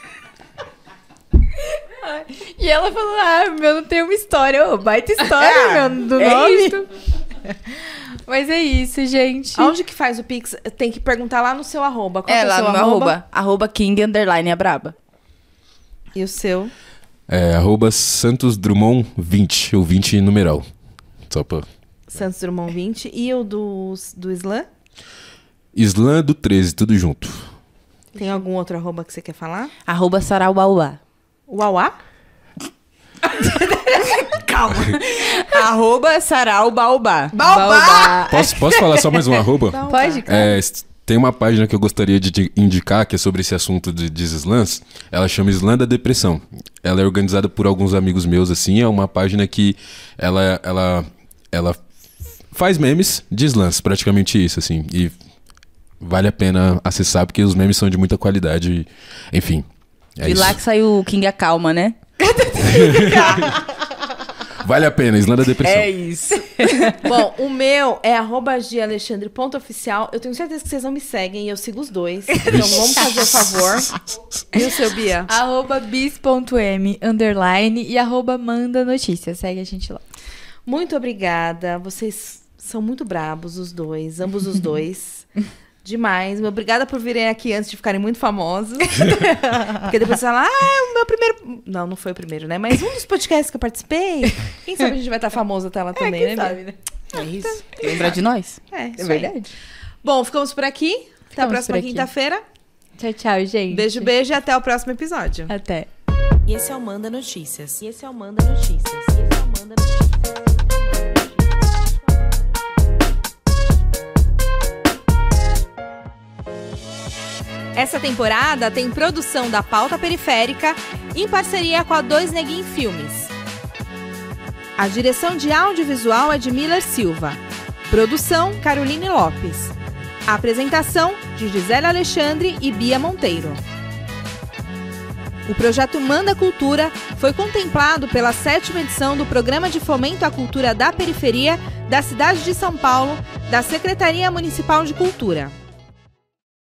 E ela falou, meu não tem uma história. Ô, baita história, meu, do nome. Isso. Mas é isso, gente. Aonde que faz o Pix? Tem que perguntar lá no seu arroba. Qual que é o Lá seu no meu arroba King_Abraba. E o seu? Santos Drummond 20, ou 20 numeral. Só pra... Santos Drummond 20. E o do Slam? Slam do 13, tudo junto. Tem algum outro arroba que você quer falar? @Saraubaubá. Uauá? Calma. @Saraubaubá. Baobá! Posso falar só mais um arroba? Pode, cara. Tem uma página que eu gostaria de indicar, que é sobre esse assunto de slams. Ela chama Slam da Depressão. Ela é organizada por alguns amigos meus, assim. É uma página que ela faz memes de slams, praticamente isso, assim. E vale a pena acessar, porque os memes são de muita qualidade. Enfim, é E isso. lá que saiu o King Acalma, né? Vale a pena, Slam da Depressão. É isso. Bom, o meu é @galexandre.oficial. Eu tenho certeza que vocês não me seguem e eu sigo os dois. Então vamos fazer o favor. E o seu, Bia? @bis.m_ e @manda notícias. Segue a gente lá. Muito obrigada. Vocês são muito brabos, os dois. Ambos os dois. Demais. Obrigada por virem aqui antes de ficarem muito famosos. Porque depois você fala, o meu primeiro... Não foi o primeiro, né? Mas um dos podcasts que eu participei. Quem sabe a gente vai estar famoso até lá também, quem né? sabe, né? É isso. Lembra de nós? Isso É aí. verdade. Bom, ficamos por aqui. Até a Ficamos próxima por aqui. quinta-feira. Tchau, tchau, gente. Beijo e até o próximo episódio. Até. E esse é o Manda Notícias. E esse é o Manda Notícias. E esse é o Manda Notícias. Essa temporada tem produção da Pauta Periférica em parceria com a Dois Neguinho Filmes. A direção de audiovisual é de Miller Silva. Produção, Caroline Lopes. A apresentação, de Gisele Alexandre e Bia Monteiro. O projeto Manda Cultura foi contemplado pela 7ª edição do Programa de Fomento à Cultura da Periferia da cidade de São Paulo, da Secretaria Municipal de Cultura.